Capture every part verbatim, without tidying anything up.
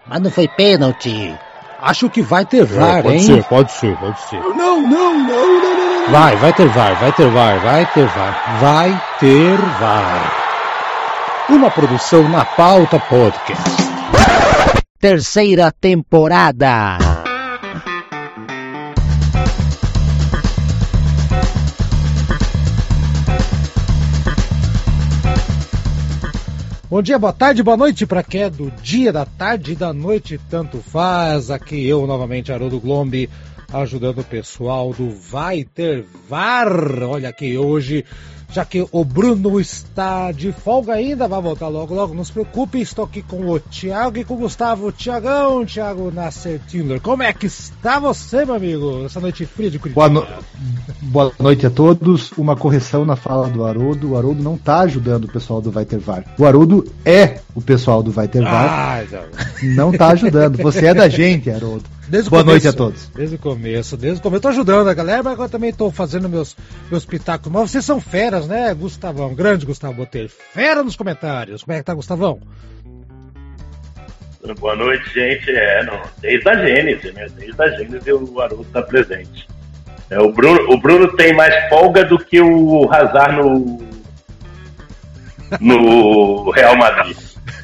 Mas não foi pênalti. Acho que vai ter V A R, pode hein? Ser, pode ser, pode ser. Não, não, não, não, não. Vai, vai ter V A R, vai ter V A R, vai ter V A R. Vai ter V A R. Uma produção Na Pauta Podcast. Terceira temporada. Bom dia, boa tarde, boa noite para quem é do dia, da tarde e da noite, tanto faz. Aqui eu, novamente, Haroldo Glombi, ajudando o pessoal do Vai Ter V A R. Olha aqui, hoje, já que o Bruno está de folga ainda, vai voltar logo, logo, não se preocupe, estou aqui com o Thiago e com o Gustavo. Tiagão, Thiago Nasser Tindler, como é que está você, meu amigo, essa noite fria de Curitiba? Boa, no... Boa noite a todos. Uma correção na fala do Haroldo. O Haroldo não está ajudando o pessoal do Vai Ter V A R. O Haroldo é o pessoal do Vai Ter V A R. Ah, não está ajudando. Você é da gente, Haroldo. Desde Boa começo, noite a todos. Desde o começo, desde o começo. Eu tô ajudando a galera, mas agora também tô fazendo meus, meus pitacos. Mas vocês são feras, né, Gustavão? Grande Gustavo Botelho. Fera nos comentários. Como é que tá, Gustavão? Boa noite, gente. É, não, desde a Gênese, né? Desde a Gênese o Haroldo tá presente. É, o, Bruno, o Bruno tem mais folga do que o Hazard no, no Real Madrid.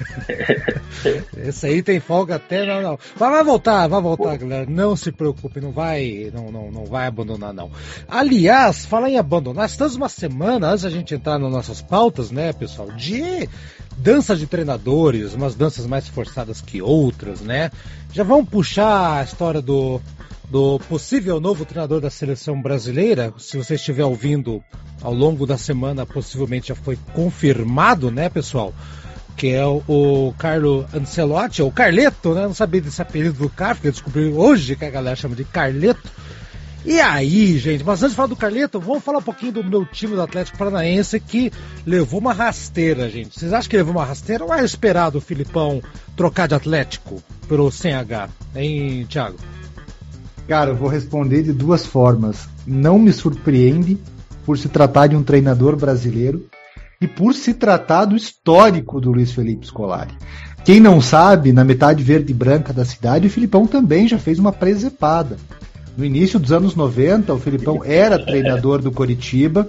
Esse aí tem folga até, não, não. Mas vai voltar, vai voltar, galera. Não se preocupe, não vai, não, não, não vai abandonar, não. Aliás, fala em abandonar, estamos uma semana, antes da gente entrar nas nossas pautas, né, pessoal, de dança de treinadores, umas danças mais forçadas que outras, né? Já vamos puxar a história do, do possível novo treinador da seleção brasileira. Se você estiver ouvindo ao longo da semana, possivelmente já foi confirmado, né, pessoal? Que é o, o Carlo Ancelotti, ou Carleto, né? Não sabia desse apelido do cara, porque eu descobri hoje que a galera chama de Carleto. E aí, gente, mas antes de falar do Carleto, vamos falar um pouquinho do meu time do Atlético Paranaense, que levou uma rasteira, gente. Vocês acham que levou uma rasteira ou é esperado o Filipão trocar de Atlético pelo C H? Hein, Thiago? Cara, eu vou responder de duas formas. Não me surpreende por se tratar de um treinador brasileiro e por se tratar do histórico do Luiz Felipe Scolari. Quem não sabe, na metade verde e branca da cidade, o Filipão também já fez uma presepada. No início dos anos noventa, o Filipão era treinador do Coritiba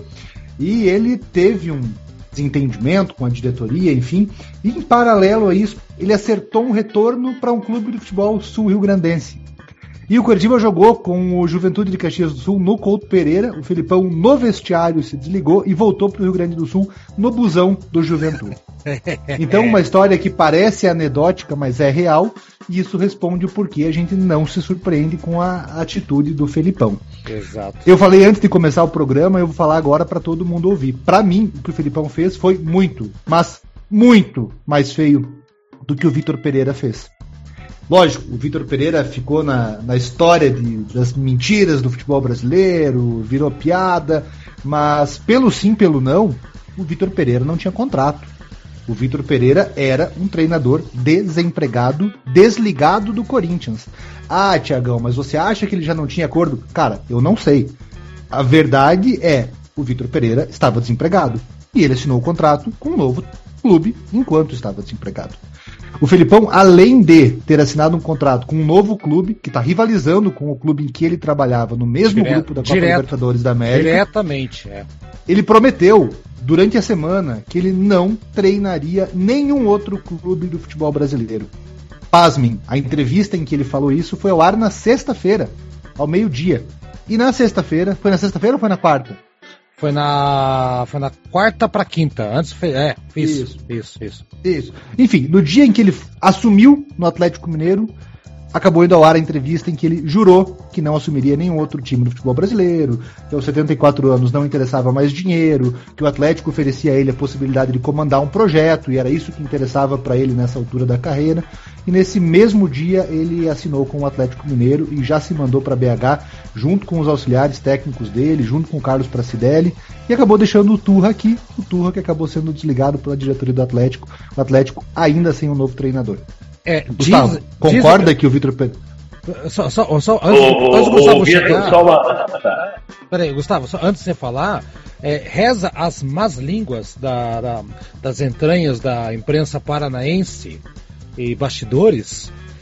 e ele teve um desentendimento com a diretoria, enfim, e em paralelo a isso, ele acertou um retorno para um clube de futebol sul-rio-grandense. E o Coritiba jogou com o Juventude de Caxias do Sul no Couto Pereira. O Filipão no vestiário se desligou e voltou para o Rio Grande do Sul no busão do Juventude. Então, uma história que parece anedótica, mas é real, e isso responde o porquê a gente não se surpreende com a atitude do Felipão. Exato. Eu falei antes de começar o programa, eu vou falar agora para todo mundo ouvir. Para mim, o que o Felipão fez foi muito, mas muito mais feio do que o Vitor Pereira fez. Lógico, o Vitor Pereira ficou na, na história de, das mentiras do futebol brasileiro, virou piada, mas pelo sim, pelo não, o Vitor Pereira não tinha contrato. O Vitor Pereira era um treinador desempregado, desligado do Corinthians. Ah, Tiagão, mas você acha que ele já não tinha acordo? Cara, eu não sei. A verdade é, o Vitor Pereira estava desempregado e ele assinou o contrato com um novo clube enquanto estava desempregado. O Felipão, além de ter assinado um contrato com um novo clube, que está rivalizando com o clube em que ele trabalhava no mesmo Direto, grupo da Copa direto, Libertadores da América, diretamente, é. Ele prometeu, durante a semana, que ele não treinaria nenhum outro clube do futebol brasileiro. Pasmem, a entrevista em que ele falou isso foi ao ar na sexta-feira, ao meio-dia. E na sexta-feira, foi na sexta-feira ou foi na quarta? Foi na, foi na quarta para quinta. Antes foi, é, isso, isso, isso, isso. Isso. Enfim, no dia em que ele assumiu no Atlético Mineiro, acabou indo ao ar a entrevista em que ele jurou que não assumiria nenhum outro time do futebol brasileiro, que aos setenta e quatro anos não interessava mais dinheiro, que o Atlético oferecia a ele a possibilidade de comandar um projeto, e era isso que interessava para ele nessa altura da carreira. E nesse mesmo dia ele assinou com o Atlético Mineiro e já se mandou para B H, junto com os auxiliares técnicos dele, junto com o Carlos Pracidelli, e acabou deixando o Turra aqui, o Turra que acabou sendo desligado pela diretoria do Atlético, o Atlético ainda sem um novo treinador. É, Gustavo, diz, concorda diz... que o Vitor Pereira... Só, só, só, antes, o, antes do Gustavo o, chegar... Só uma... Peraí, Gustavo, só, antes de você falar, é, reza as más línguas da, da, das entranhas da imprensa paranaense e bastidores,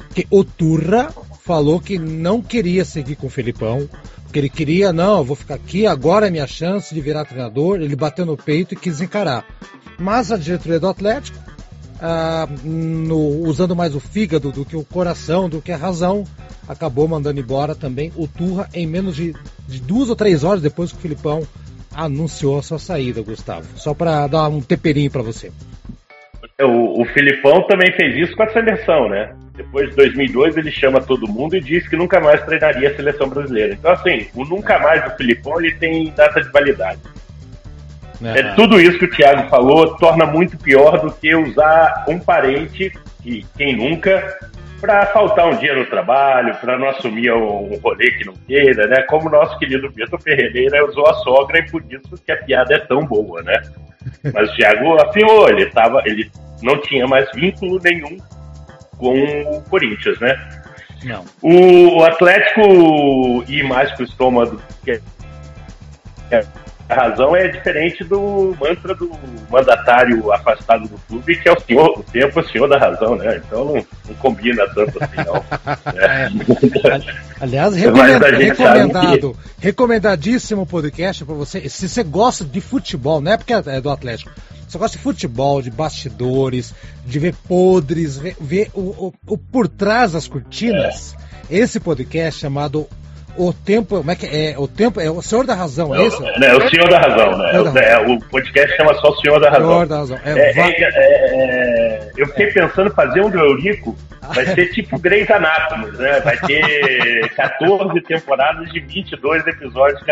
que o Turra falou que não queria seguir com o Felipão, que ele queria, não, eu vou ficar aqui, agora é minha chance de virar treinador. Ele bateu no peito e quis encarar. Mas a diretoria do Atlético, ah, no, usando mais o fígado do que o coração, do que a razão, acabou mandando embora também o Turra em menos de, de duas ou três horas depois que o Felipão anunciou a sua saída, Gustavo. Só para dar um temperinho para você. O, o Filipão também fez isso com a seleção, né? Depois de dois mil e dois ele chama todo mundo e diz que nunca mais treinaria a seleção brasileira. Então assim, o nunca mais do Filipão ele tem data de validade. É. É, tudo isso que o Thiago falou torna muito pior do que usar um parente, que quem nunca, para faltar um dia no trabalho, para não assumir um rolê que não queira, né? Como o nosso querido Vitor Ferreira usou a sogra e por isso que a piada é tão boa, né? Mas o Thiago afirmou, ele, tava, ele não tinha mais vínculo nenhum com o Corinthians, né? Não. O, o Atlético ir mais pro estômago, que é, a razão é diferente do mantra do mandatário afastado do clube, que é o senhor, o tempo é o senhor da razão, né? Então não, não combina tanto assim, não. Né? Aliás, recomenda, recomendado, que... recomendadíssimo podcast para você. Se você gosta de futebol, não é porque é do Atlético, você gosta de futebol, de bastidores, de ver podres, ver, ver o, o, o por trás das cortinas, é. Esse podcast chamado O Tempo, como é que é? O Tempo é o Senhor da Razão, é isso? É, o Senhor da Razão, né? O, é, o podcast chama só o Senhor da Razão. Senhor da Razão. É, é, é, é, eu fiquei pensando em fazer um do Eurico, vai ser tipo Grey's Anatomy, né? Vai ter quatorze temporadas de vinte e dois episódios.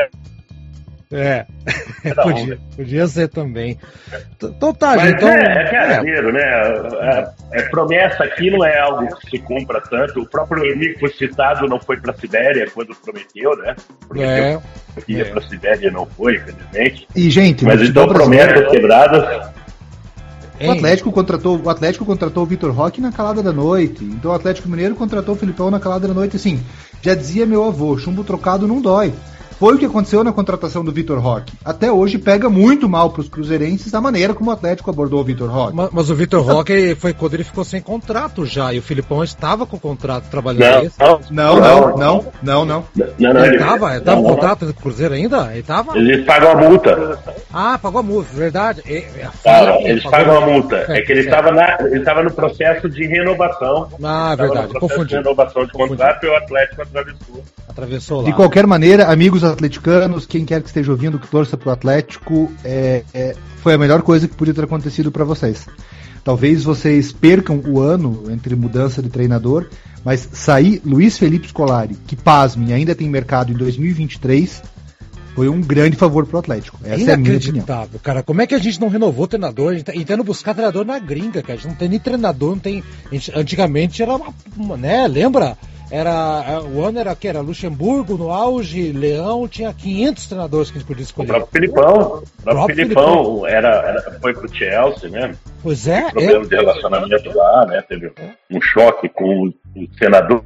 É, podia, podia ser também. Então tá, mas gente. Então, é, é verdadeiro, é. né? A, a promessa aqui não é algo que se cumpra tanto. O próprio Eurico foi citado, não foi para a Sibéria quando prometeu, né? Prometeu é, que ia é. para a Sibéria e não foi, infelizmente. E, gente, mas então promessas quebradas. O Atlético contratou, o Atlético contratou o Vitor Roque na calada da noite. Então o Atlético Mineiro contratou o Felipão na calada da noite. Assim, já dizia meu avô, chumbo trocado não dói. Foi o que aconteceu na contratação do Vitor Roque. Até hoje pega muito mal para os cruzeirenses a maneira como o Atlético abordou o Vitor Roque. Mas, mas o Vitor Roque foi quando ele ficou sem contrato já, e o Filipão estava com o contrato trabalhando. Não, não, não, não, não, não. não, não ele estava? Ele estava com o contrato do Cruzeiro ainda? Ele estava? Eles pagam a multa. Ah, pagou a multa, verdade. É, é ah, eles pagam a multa. É, é que ele estava é. no processo de renovação. Ah, verdade. Confundi. De renovação de contrato e o Atlético atravessou. Atravessou lá. De qualquer maneira, amigos atleticanos, quem quer que esteja ouvindo que torça pro Atlético, é, é, foi a melhor coisa que podia ter acontecido para vocês. Talvez vocês percam o ano entre mudança de treinador, mas sair Luiz Felipe Scolari, que pasme, ainda tem mercado em dois mil e vinte e três, foi um grande favor pro Atlético. Essa é a minha opinião. Inacreditável, cara. Como é que a gente não renovou o treinador? A gente tá indo buscar treinador na gringa, cara. A gente não tem nem treinador, não tem. Gente, antigamente era uma, uma, né? Lembra? Era, o ano era que era Luxemburgo no auge, Leão, tinha quinhentos treinadores que a gente podia escolher. O próprio Filipão, o próprio Filipão era, era, foi pro Chelsea, né? Pois é. Problema é. de relacionamento lá, né? Teve é. um choque com o senador,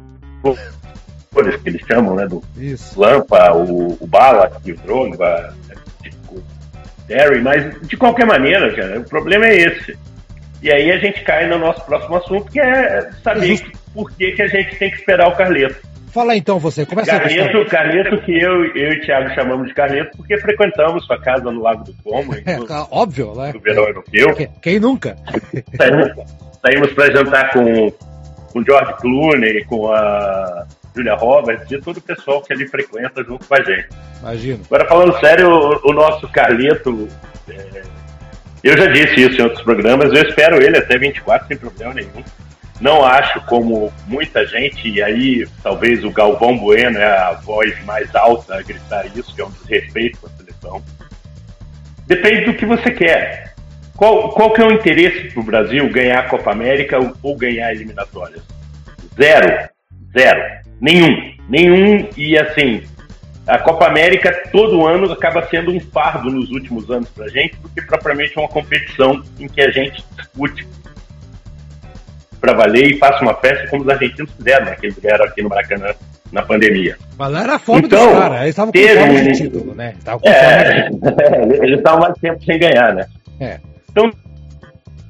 que eles chamam, né? Do Isso. Lampa, o, o Bala, o Drogba, o Terry, mas de qualquer maneira, cara, o problema é esse. E aí a gente cai no nosso próximo assunto, que é saber Isso. por que, que a gente tem que esperar o Carleto. Fala então você, começa Carleto, a Carleto que eu, eu e o Thiago chamamos de Carleto porque frequentamos sua casa no Lago do Como. É, no, óbvio, né? No verão europeu. Quem, quem nunca? Saímos, saímos para jantar com o George Clooney, com a Julia Roberts e todo o pessoal que ali frequenta junto com a gente. Imagino. Agora falando sério, o, o nosso Carleto... É, eu já disse isso em outros programas, eu espero ele até vinte e quatro sem problema nenhum. Não acho como muita gente, e aí talvez o Galvão Bueno é a voz mais alta a gritar isso, que é um desrespeito à seleção. Depende do que você quer. Qual, qual que é o interesse para o Brasil ganhar a Copa América ou, ou ganhar eliminatórias? Zero. Zero. Nenhum. Nenhum e assim... A Copa América todo ano acaba sendo um fardo nos últimos anos pra gente do que propriamente uma competição em que a gente discute pra valer e faça uma festa como os argentinos fizeram, né? Que eles vieram aqui no Maracanã na pandemia. Mas lá era a fome então, dos caras, eles estavam com fome de título, né? Estavam com é, fome de... Eles estavam mais tempo sem ganhar, né? É. Então,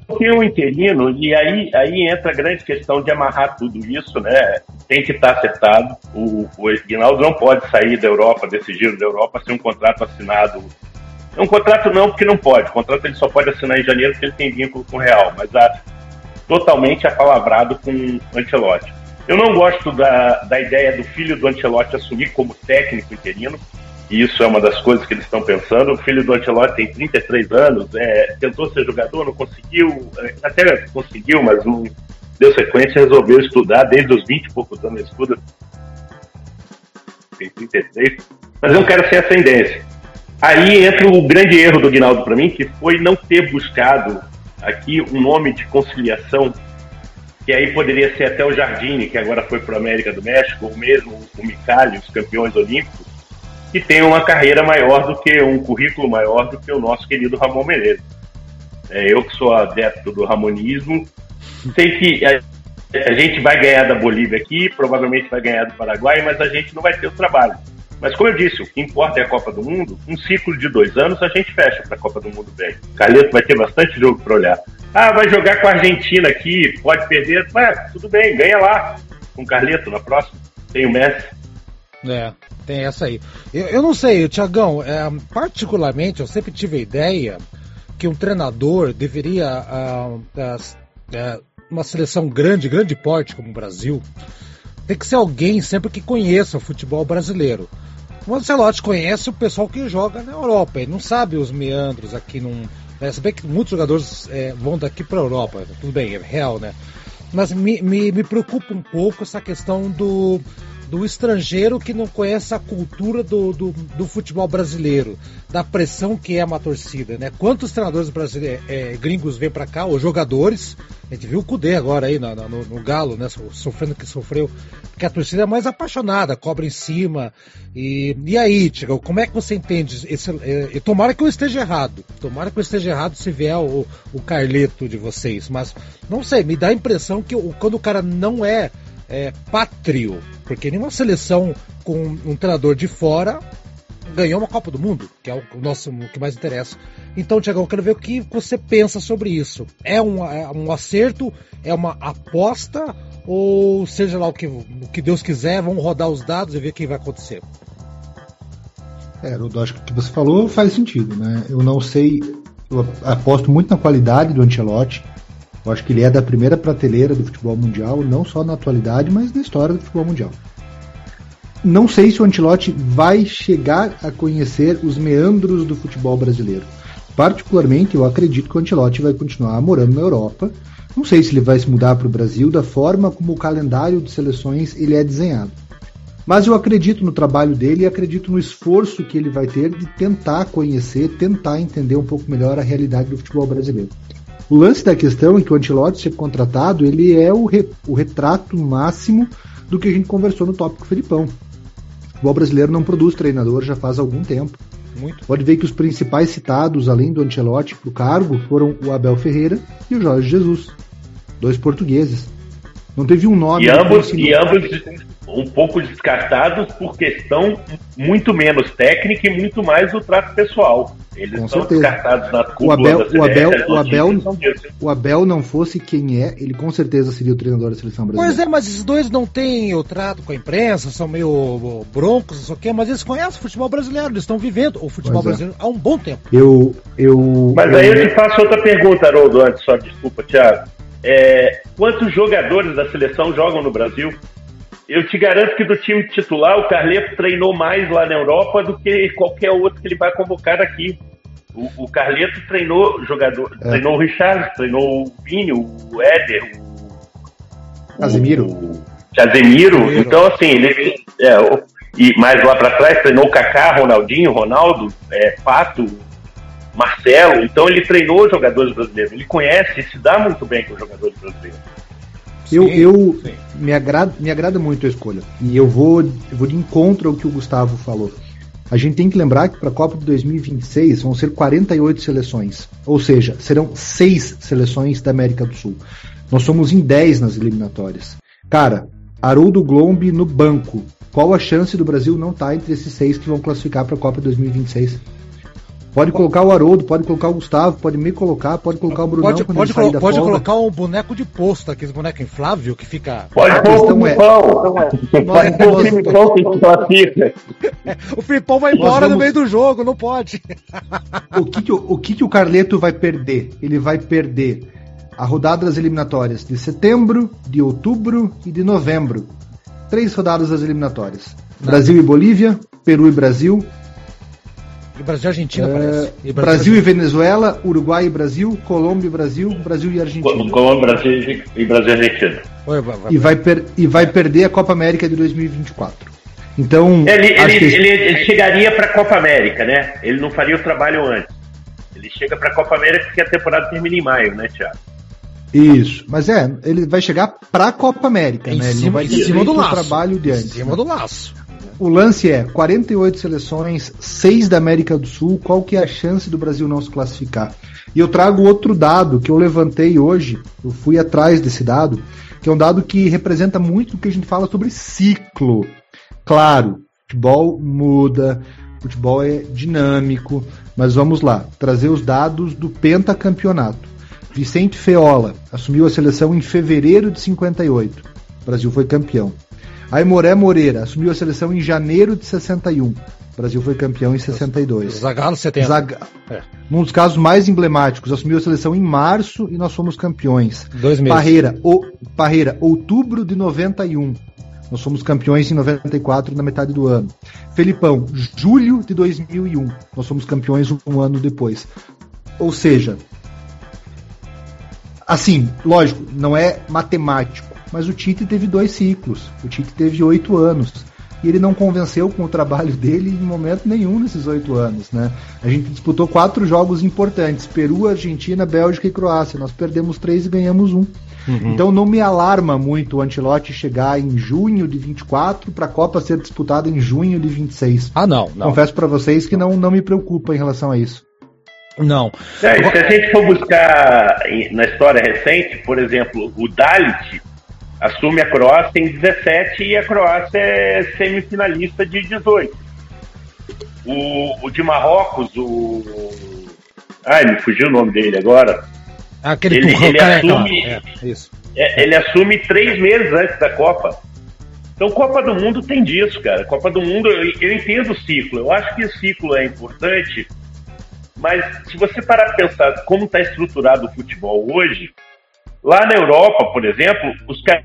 tem um interino, e aí, aí entra a grande questão de amarrar tudo isso, né? Tem que estar acertado. O, o Aguinaldo não pode sair da Europa, desse giro da Europa, sem um contrato assinado. Um contrato não, porque não pode. O contrato ele só pode assinar em janeiro porque ele tem vínculo com o Real, mas a, totalmente apalavrado com o Ancelotti. Eu não gosto da, da ideia do filho do Ancelotti assumir como técnico interino, e isso é uma das coisas que eles estão pensando. O filho do Ancelotti tem trinta e três anos, é, tentou ser jogador, não conseguiu, até conseguiu, mas não deu sequência, resolveu estudar desde os vinte e poucos anos, ele estuda, tem trinta e três, mas é um cara sem ascendência. Aí entra o grande erro do Aguinaldo para mim, que foi não ter buscado aqui um nome de conciliação, que aí poderia ser até o Jardine, que agora foi para a América do México, ou mesmo o Micali, os campeões olímpicos, que tem uma carreira maior do que, um currículo maior do que o nosso querido Ramon Menezes. É, eu que sou adepto do ramonismo, sei que a, a gente vai ganhar da Bolívia aqui, provavelmente vai ganhar do Paraguai, mas a gente não vai ter o trabalho. Mas como eu disse, o que importa é a Copa do Mundo. Um ciclo de dois anos a gente fecha para a Copa do Mundo bem. Carleto vai ter bastante jogo para olhar. Ah, vai jogar com a Argentina aqui, pode perder. Mas tudo bem, ganha lá com o Carleto na próxima. Tem o Messi. É, tem essa aí. Eu, eu não sei, Thiagão, é, particularmente eu sempre tive a ideia que um treinador deveria, ah, ah, uma seleção grande, grande porte como o Brasil, tem que ser alguém sempre que conheça o futebol brasileiro. O Ancelotti conhece o pessoal que joga na Europa, ele não sabe os meandros aqui. Num, é, se bem que muitos jogadores é, vão daqui para a Europa, tudo bem, é real, né? Mas me, me, me preocupa um pouco essa questão do, do estrangeiro que não conhece a cultura do, do, do futebol brasileiro, da pressão que é uma torcida, né? Quantos treinadores brasileiros, é, gringos vêm para cá, ou jogadores, a gente viu o Cudê agora aí no, no, no Galo, né? Sofrendo o que sofreu, porque a torcida é mais apaixonada, cobra em cima. E, e aí, Tiago, como é que você entende esse, é, tomara que eu esteja errado, tomara que eu esteja errado se vier o, o Carleto de vocês, mas não sei, me dá a impressão que quando o cara não é, é pátrio, porque nenhuma seleção com um treinador de fora ganhou uma Copa do Mundo, que é o, nosso, o que mais interessa. Então, Thiago, eu quero ver o que você pensa sobre isso. É um, é um acerto? É uma aposta? Ou seja lá o que, o que Deus quiser, vamos rodar os dados e ver o que vai acontecer? É, eu acho que o que você falou faz sentido, né? Eu não sei, eu aposto muito na qualidade do Ancelotti. Eu acho que ele é da primeira prateleira do futebol mundial, não só na atualidade, mas na história do futebol mundial. Não sei se o Ancelotti vai chegar a conhecer os meandros do futebol brasileiro. Particularmente, eu acredito que o Ancelotti vai continuar morando na Europa. Não sei se ele vai se mudar para o Brasil da forma como o calendário de seleções ele é desenhado. Mas eu acredito no trabalho dele e acredito no esforço que ele vai ter de tentar conhecer, tentar entender um pouco melhor a realidade do futebol brasileiro. O lance da questão é que o Ancelotti ser contratado, ele é o, re, o retrato máximo do que a gente conversou no tópico Felipão. O futebol brasileiro não produz treinador já faz algum tempo. Muito. Pode ver que os principais citados, além do Ancelotti, para o cargo, foram o Abel Ferreira e o Jorge Jesus. Dois portugueses. Não teve um nome... E ambos, e ambos um pouco descartados por questão muito menos técnica e muito mais do trato pessoal. Eles Com são certeza. descartados na o Abel, da o Abel, C B F, o Abel, o Abel não fosse quem é, ele com certeza seria o treinador da seleção brasileira. Pois é, mas esses dois não têm o trato com a imprensa, são meio broncos, não sei o quê, mas eles conhecem o futebol brasileiro, eles estão vivendo o futebol Pois é. brasileiro há um bom tempo. Eu, eu, Mas eu, aí eu te faço outra pergunta, Haroldo, antes, só desculpa, Thiago. É, quantos jogadores da seleção jogam no Brasil? Eu te garanto que do time titular, o Carleto treinou mais lá na Europa do que qualquer outro que ele vai convocar aqui. O, o Carleto treinou jogador, É. treinou o Richard, treinou o Vini, o Éder, o Casemiro. o Casemiro. Casemiro. Então, assim, ele é, o- e mais lá para trás treinou o Kaká, Ronaldinho, Ronaldo, é, Pato, Marcelo. Então ele treinou os jogadores brasileiros. Ele conhece e se dá muito bem com os jogadores brasileiros. eu, Sim, eu sim. me, agrada, me agrada muito a escolha. E eu vou, eu vou de encontro ao que o Gustavo falou. A gente tem que lembrar que para a Copa de dois mil e vinte e seis vão ser quarenta e oito seleções. Ou seja, serão seis seleções da América do Sul. Nós somos em dez nas eliminatórias. Cara, Haroldo Glombi no banco. Qual a chance do Brasil não estar entre esses seis que vão classificar para a Copa de dois mil e vinte e seis? Pode colocar o Haroldo, pode colocar o Gustavo, pode me colocar, pode colocar o Brunão. Pode, quando pode, ele sair colo- da pode folga. colocar um boneco de posto, aquele boneco inflável que fica. Pode A pôr o questão é- Filipão. Pode pôr o nós- Filipão que se classifica. O Filipão vai embora vamos- no meio do jogo, não pode. O que que o, o que que o Carleto vai perder? Ele vai perder a rodada das eliminatórias de setembro, de outubro e de novembro. Três rodadas das eliminatórias. Brasil e Bolívia, Peru e Brasil, E Brasil e Argentina, é, parece. E Brasil e Venezuela, Uruguai e Brasil, Colômbia e Brasil, Brasil e Argentina. Colômbia, Brasil e Brasil e Argentina. Oi, vai, vai. E vai, per- e vai perder a Copa América de dois mil e vinte e quatro. Então, Ele, acho ele, que- ele, ele chegaria para a Copa América, né? Ele não faria o trabalho antes. Ele chega para a Copa América porque a temporada termina em maio, né, Thiago? Isso, mas é, ele vai chegar pra Copa América, Em né? Ele não cima, vai em ter cima do feito o laço. trabalho de Em antes. cima né? do laço. O lance é quarenta e oito seleções, seis da América do Sul, qual que é a chance do Brasil não se classificar? E eu trago outro dado que eu levantei hoje, eu fui atrás desse dado, que é um dado que representa muito o que a gente fala sobre ciclo. Claro, futebol muda, futebol é dinâmico, mas vamos lá, trazer os dados do pentacampeonato. Vicente Feola assumiu a seleção em fevereiro de cinquenta e oito, o Brasil foi campeão. Aimoré Moreira assumiu a seleção em janeiro de sessenta e um. O Brasil foi campeão em sessenta e dois. Zagallo setenta. Zaga... É. Num dos casos mais emblemáticos, assumiu a seleção em março e nós fomos campeões. Dois meses. Parreira, o... Parreira, outubro de noventa e um. Nós fomos campeões em noventa e quatro, na metade do ano. Felipão, julho de dois mil e um. Nós fomos campeões um ano depois. Ou seja, assim, lógico, não é matemático, mas o Tite teve dois ciclos. O Tite teve oito anos. E ele não convenceu com o trabalho dele em momento nenhum nesses oito anos, né? A gente disputou quatro jogos importantes: Peru, Argentina, Bélgica e Croácia. Nós perdemos três e ganhamos um. Uhum. Então não me alarma muito o Ancelotti chegar em junho de vinte e quatro para a Copa ser disputada em junho de vinte e seis. Ah, não, não. Confesso para vocês que não, não me preocupa em relação a isso. Não. É, se a gente for buscar na história recente, por exemplo, o Dalit assume a Croácia em dezessete e a Croácia é semifinalista de dezoito. O, o de Marrocos, o... Ai, me fugiu o nome dele agora. Aquele ele, turrão, ele, cara, assume, é, isso. É, ele assume três meses antes da Copa. Então, Copa do Mundo tem disso, cara. Copa do Mundo, eu, eu entendo o ciclo. Eu acho que o ciclo é importante, mas se você parar para pensar como está estruturado o futebol hoje, lá na Europa, por exemplo, os caras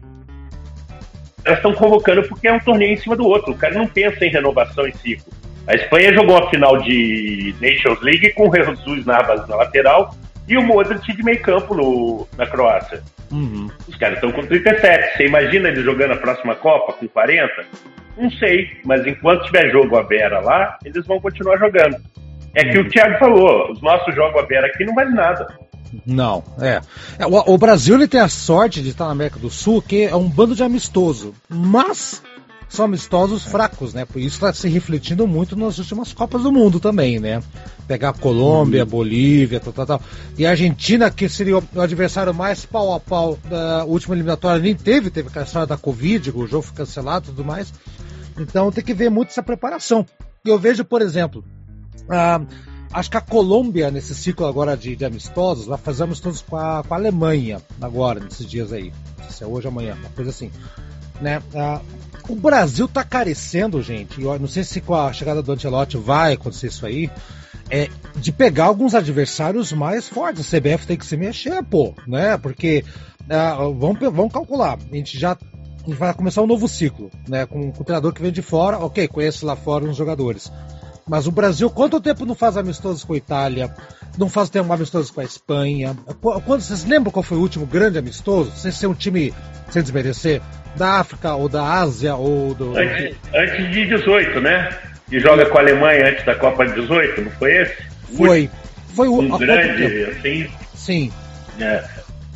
estão convocando porque é um torneio em cima do outro. O cara não pensa em renovação em ciclo. A Espanha jogou a final de Nations League com o Jesus Navas na lateral e o Modric de meio campo no, na Croácia. Uhum. Os caras estão com trinta e sete. Você imagina eles jogando a próxima Copa com quarenta? Não sei, mas enquanto tiver jogo a Vera lá, eles vão continuar jogando. É que o Thiago falou, os nossos jogos a Vera aqui não vale nada. Não, é. é o, o Brasil ele tem a sorte de estar na América do Sul, que é um bando de amistoso, mas são amistosos fracos, né? Por isso está se refletindo muito nas últimas Copas do Mundo também, né? Pegar a Colômbia, uhum. Bolívia, tal, tal, tal. E a Argentina, que seria o adversário mais pau a pau da última eliminatória, nem teve, teve a história da Covid, o jogo foi cancelado e tudo mais. Então tem que ver muito essa preparação. E eu vejo, por exemplo, ah, acho que a Colômbia, nesse ciclo agora de, de amistosos, vai fazer amistosos com a, com a Alemanha, agora, nesses dias aí. Não sei se é hoje ou amanhã, uma coisa assim. Né? Ah, o Brasil tá carecendo, gente, e eu não sei se com a chegada do Ancelotti vai acontecer isso aí, é, de pegar alguns adversários mais fortes. A C B F tem que se mexer, pô, né? Porque, ah, vamos, vamos calcular, a gente já vai começar um novo ciclo, né? Com, com o treinador que vem de fora, ok, conhece lá fora uns jogadores. Mas o Brasil, quanto tempo não faz amistosos com a Itália? Não faz tempo amistosos com a Espanha? Quando, vocês lembram qual foi o último grande amistoso? Sem ser um time, sem desmerecer, da África ou da Ásia ou do... Antes, antes de dezoito, né? Que joga com a Alemanha antes da Copa de dezoito, não foi esse? Foi. Foi o um grande, assim. Sim. É.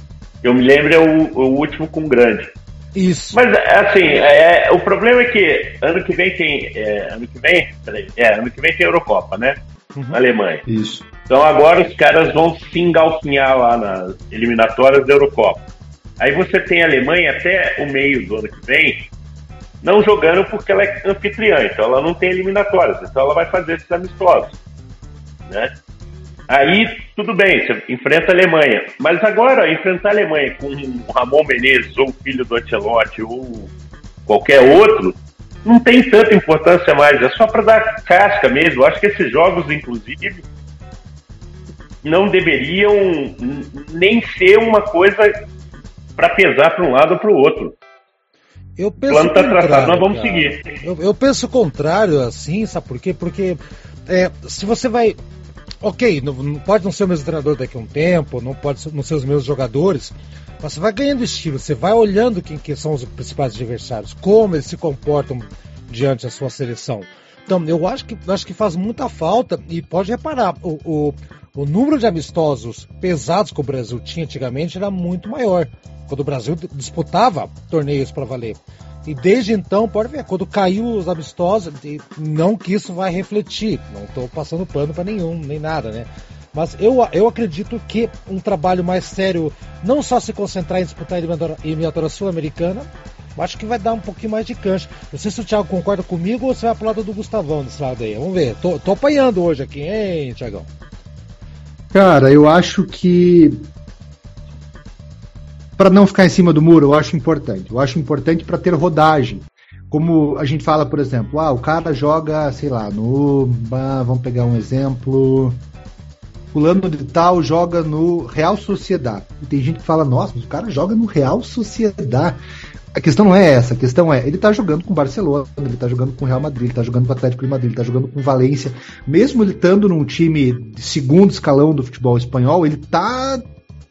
Eu me lembro é o, o último com grande. Isso. Mas, assim, é, o problema é que ano que vem tem. É, ano que vem? Peraí. É, ano que vem tem Eurocopa, né? Uhum. Na Alemanha. Isso. Então agora os caras vão se engalfinhar lá nas eliminatórias da Eurocopa. Aí você tem a Alemanha até o meio do ano que vem não jogando porque ela é anfitriã, então ela não tem eliminatórias, então ela vai fazer esses amistosos, né? Aí, tudo bem, você enfrenta a Alemanha. Mas agora, enfrentar a Alemanha com o Ramon Menezes, ou o filho do Ancelotti, ou qualquer outro, não tem tanta importância mais. É só para dar casca mesmo. Eu acho que esses jogos, inclusive, não deveriam nem ser uma coisa para pesar para um lado ou para o outro. Eu penso o plano está traçado, nós vamos cara. seguir. Eu, eu penso o contrário, assim, sabe por quê? Porque é, se você vai... Ok, não, não pode não ser o mesmo treinador daqui a um tempo, não pode não ser os mesmos jogadores, mas você vai ganhando estilo, você vai olhando quem que são os principais adversários, como eles se comportam diante da sua seleção. Então, eu acho que, acho que faz muita falta, e pode reparar, o, o, o número de amistosos pesados que o Brasil tinha antigamente era muito maior, quando o Brasil disputava torneios para valer. E desde então, pode ver, quando caiu os amistosos, não que isso vai refletir, não estou passando pano para nenhum, nem nada, né? Mas eu, eu acredito que um trabalho mais sério, não só se concentrar em disputar a eliminatória sul-americana, acho que vai dar um pouquinho mais de cancha. Não sei se o Thiago concorda comigo ou se vai pro lado do Gustavão desse lado aí. Vamos ver, tô, tô apanhando hoje aqui, hein, Thiagão? Cara, eu acho que... para não ficar em cima do muro, eu acho importante. Eu acho importante para ter rodagem. Como a gente fala, por exemplo, ah, o cara joga, sei lá, no... Ah, vamos pegar um exemplo... Fulano de tal joga no Real Sociedad. E tem gente que fala, nossa, mas o cara joga no Real Sociedad. A questão não é essa, a questão é, ele tá jogando com o Barcelona, ele tá jogando com o Real Madrid, ele tá jogando com o Atlético de Madrid, ele tá jogando com o Valência. Mesmo ele estando num time de segundo escalão do futebol espanhol, ele tá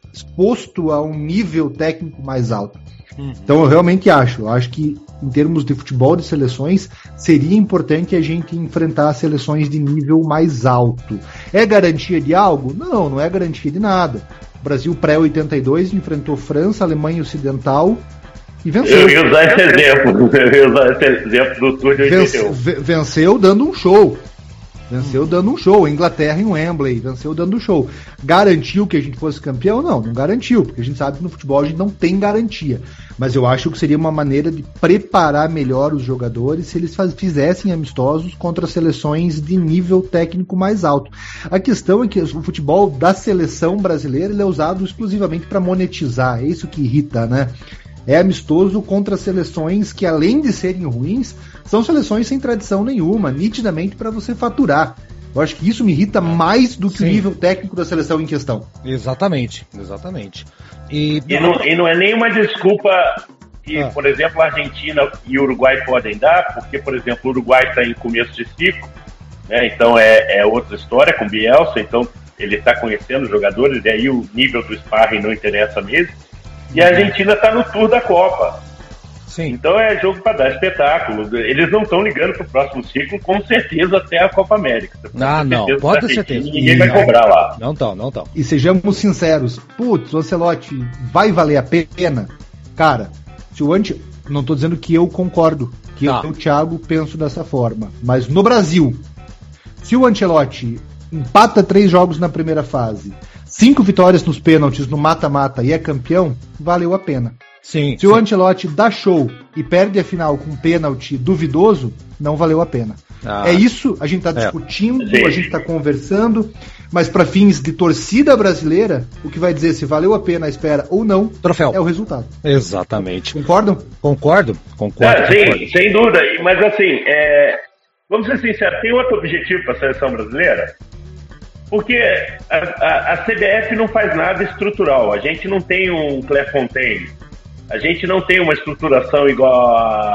exposto a um nível técnico mais alto. Uhum. Então eu realmente acho, eu acho que em termos de futebol de seleções, seria importante a gente enfrentar seleções de nível mais alto. É garantia de algo? Não, não é garantia de nada. O Brasil pré-oitenta e dois enfrentou França, Alemanha Ocidental e venceu. Eu ia usar esse exemplo, eu ia usar esse exemplo do Tour de oitenta e um. Venceu, venceu dando um show. Venceu dando um show, Inglaterra em Wembley, venceu dando um show. Garantiu que a gente fosse campeão? Não, não garantiu, porque a gente sabe que no futebol a gente não tem garantia. Mas eu acho que seria uma maneira de preparar melhor os jogadores se eles faz, fizessem amistosos contra seleções de nível técnico mais alto. A questão é que o futebol da seleção brasileira ele é usado exclusivamente para monetizar, é isso que irrita, né? É amistoso contra seleções que, além de serem ruins, são seleções sem tradição nenhuma, nitidamente para você faturar. Eu acho que isso me irrita mais do que Sim. o nível técnico da seleção em questão. Exatamente, exatamente. E, e, não, e não é nenhuma desculpa que, ah. por exemplo, a Argentina e o Uruguai podem dar, porque, por exemplo, o Uruguai está em começo de ciclo, né, então é, é outra história com o Bielsa, então ele está conhecendo os jogadores, e aí o nível do sparring não interessa mesmo. E a Argentina está no tour da Copa. Sim. Então é jogo para dar espetáculo. Eles não estão ligando para o próximo ciclo, com certeza, até a Copa América. Ah, não, pode ter certeza. Ninguém vai cobrar lá. Não estão, não estão. E sejamos sinceros, putz, o Ancelotti vai valer a pena? Cara, se o Ante... Não estou dizendo que eu concordo, que tá. eu, o Thiago, penso dessa forma. Mas no Brasil, se o Ancelotti empata três jogos na primeira fase, cinco vitórias nos pênaltis no mata-mata e é campeão, valeu a pena. Sim, Se sim. o Ancelotti dá show e perde a final com um pênalti duvidoso, não valeu a pena. Ah, é isso, a gente está discutindo, é. a gente está conversando, mas para fins de torcida brasileira, o que vai dizer se valeu a pena a espera ou não, Troféu. é o resultado. Exatamente. Concordam? Concordo, concordo. É, sim, concordo. sem dúvida. Mas assim, é... vamos ser sinceros, tem outro objetivo para a seleção brasileira? Porque a, a, a C B F não faz nada estrutural. A gente não tem um Clairefontaine. A gente não tem uma estruturação igual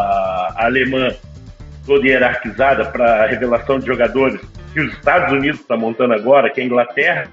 a, a alemã, toda hierarquizada para a revelação de jogadores que os Estados Unidos estão montando agora, que a Inglaterra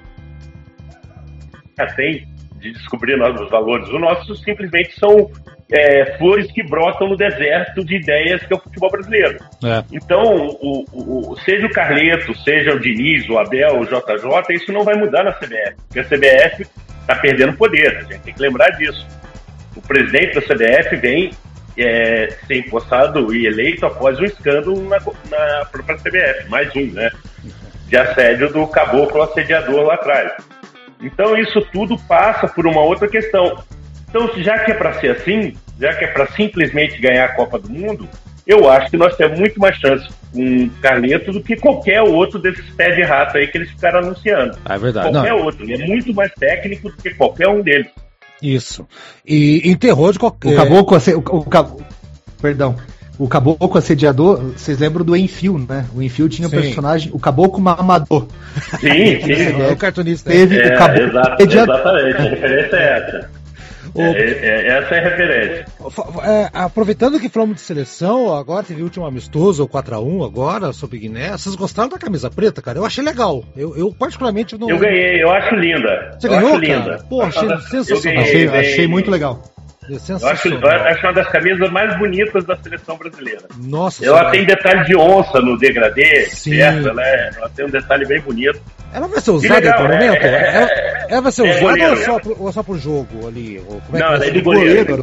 já tem de descobrir novos valores. Os nossos simplesmente são é, flores que brotam no deserto de ideias que é o futebol brasileiro. É. Então, o, o, seja o Carleto, seja o Diniz, o Abel, o J J, isso não vai mudar na C B F, porque a C B F está perdendo poder, a gente tem que lembrar disso. O presidente da C B F vem é, ser empossado e eleito após um escândalo na, na própria C B F, mais um, né? De assédio do caboclo assediador lá atrás. Então isso tudo passa por uma outra questão. Então, já que é para ser assim, já que é para simplesmente ganhar a Copa do Mundo, eu acho que nós temos muito mais chance com o Carleto do que qualquer outro desses pés de rato aí que eles ficaram anunciando. É verdade. Qualquer Não. outro. Ele é muito mais técnico do que qualquer um deles. Isso. E enterrou de qualquer... O caboclo... O, o, o, perdão. O caboclo assediador, vocês lembram do Enfio, né? O Enfio tinha um Sim. personagem, o caboclo mamador. Sim, sim. É o cartunista. Teve É, o caboclo exato, assediador. exatamente. A referência é essa. O- É, é, essa é a referência. É, aproveitando que falamos de seleção, agora teve o último amistoso, o quatro a um agora, sobre Guiné. Vocês gostaram da camisa preta, cara? Eu achei legal. Eu, eu particularmente não... Eu ganhei, eu acho linda. Você eu ganhou, acho cara? linda. Pô, achei Eu sensacional. ganhei, Achei, ganhei. achei muito legal. É Eu acho, sensacional. eu acho uma das camisas mais bonitas da seleção brasileira. Nossa Ela senhora. tem detalhe de onça no degradê, Sim. certo? Ela, é, ela tem um detalhe bem bonito. Ela vai ser Que usada em legal, algum é, momento? é, ela, ela vai ser é usada goleiro, ou, só né? pro, ou só pro jogo ali? Ou como é Não, que ela vai é ser? de goleiro.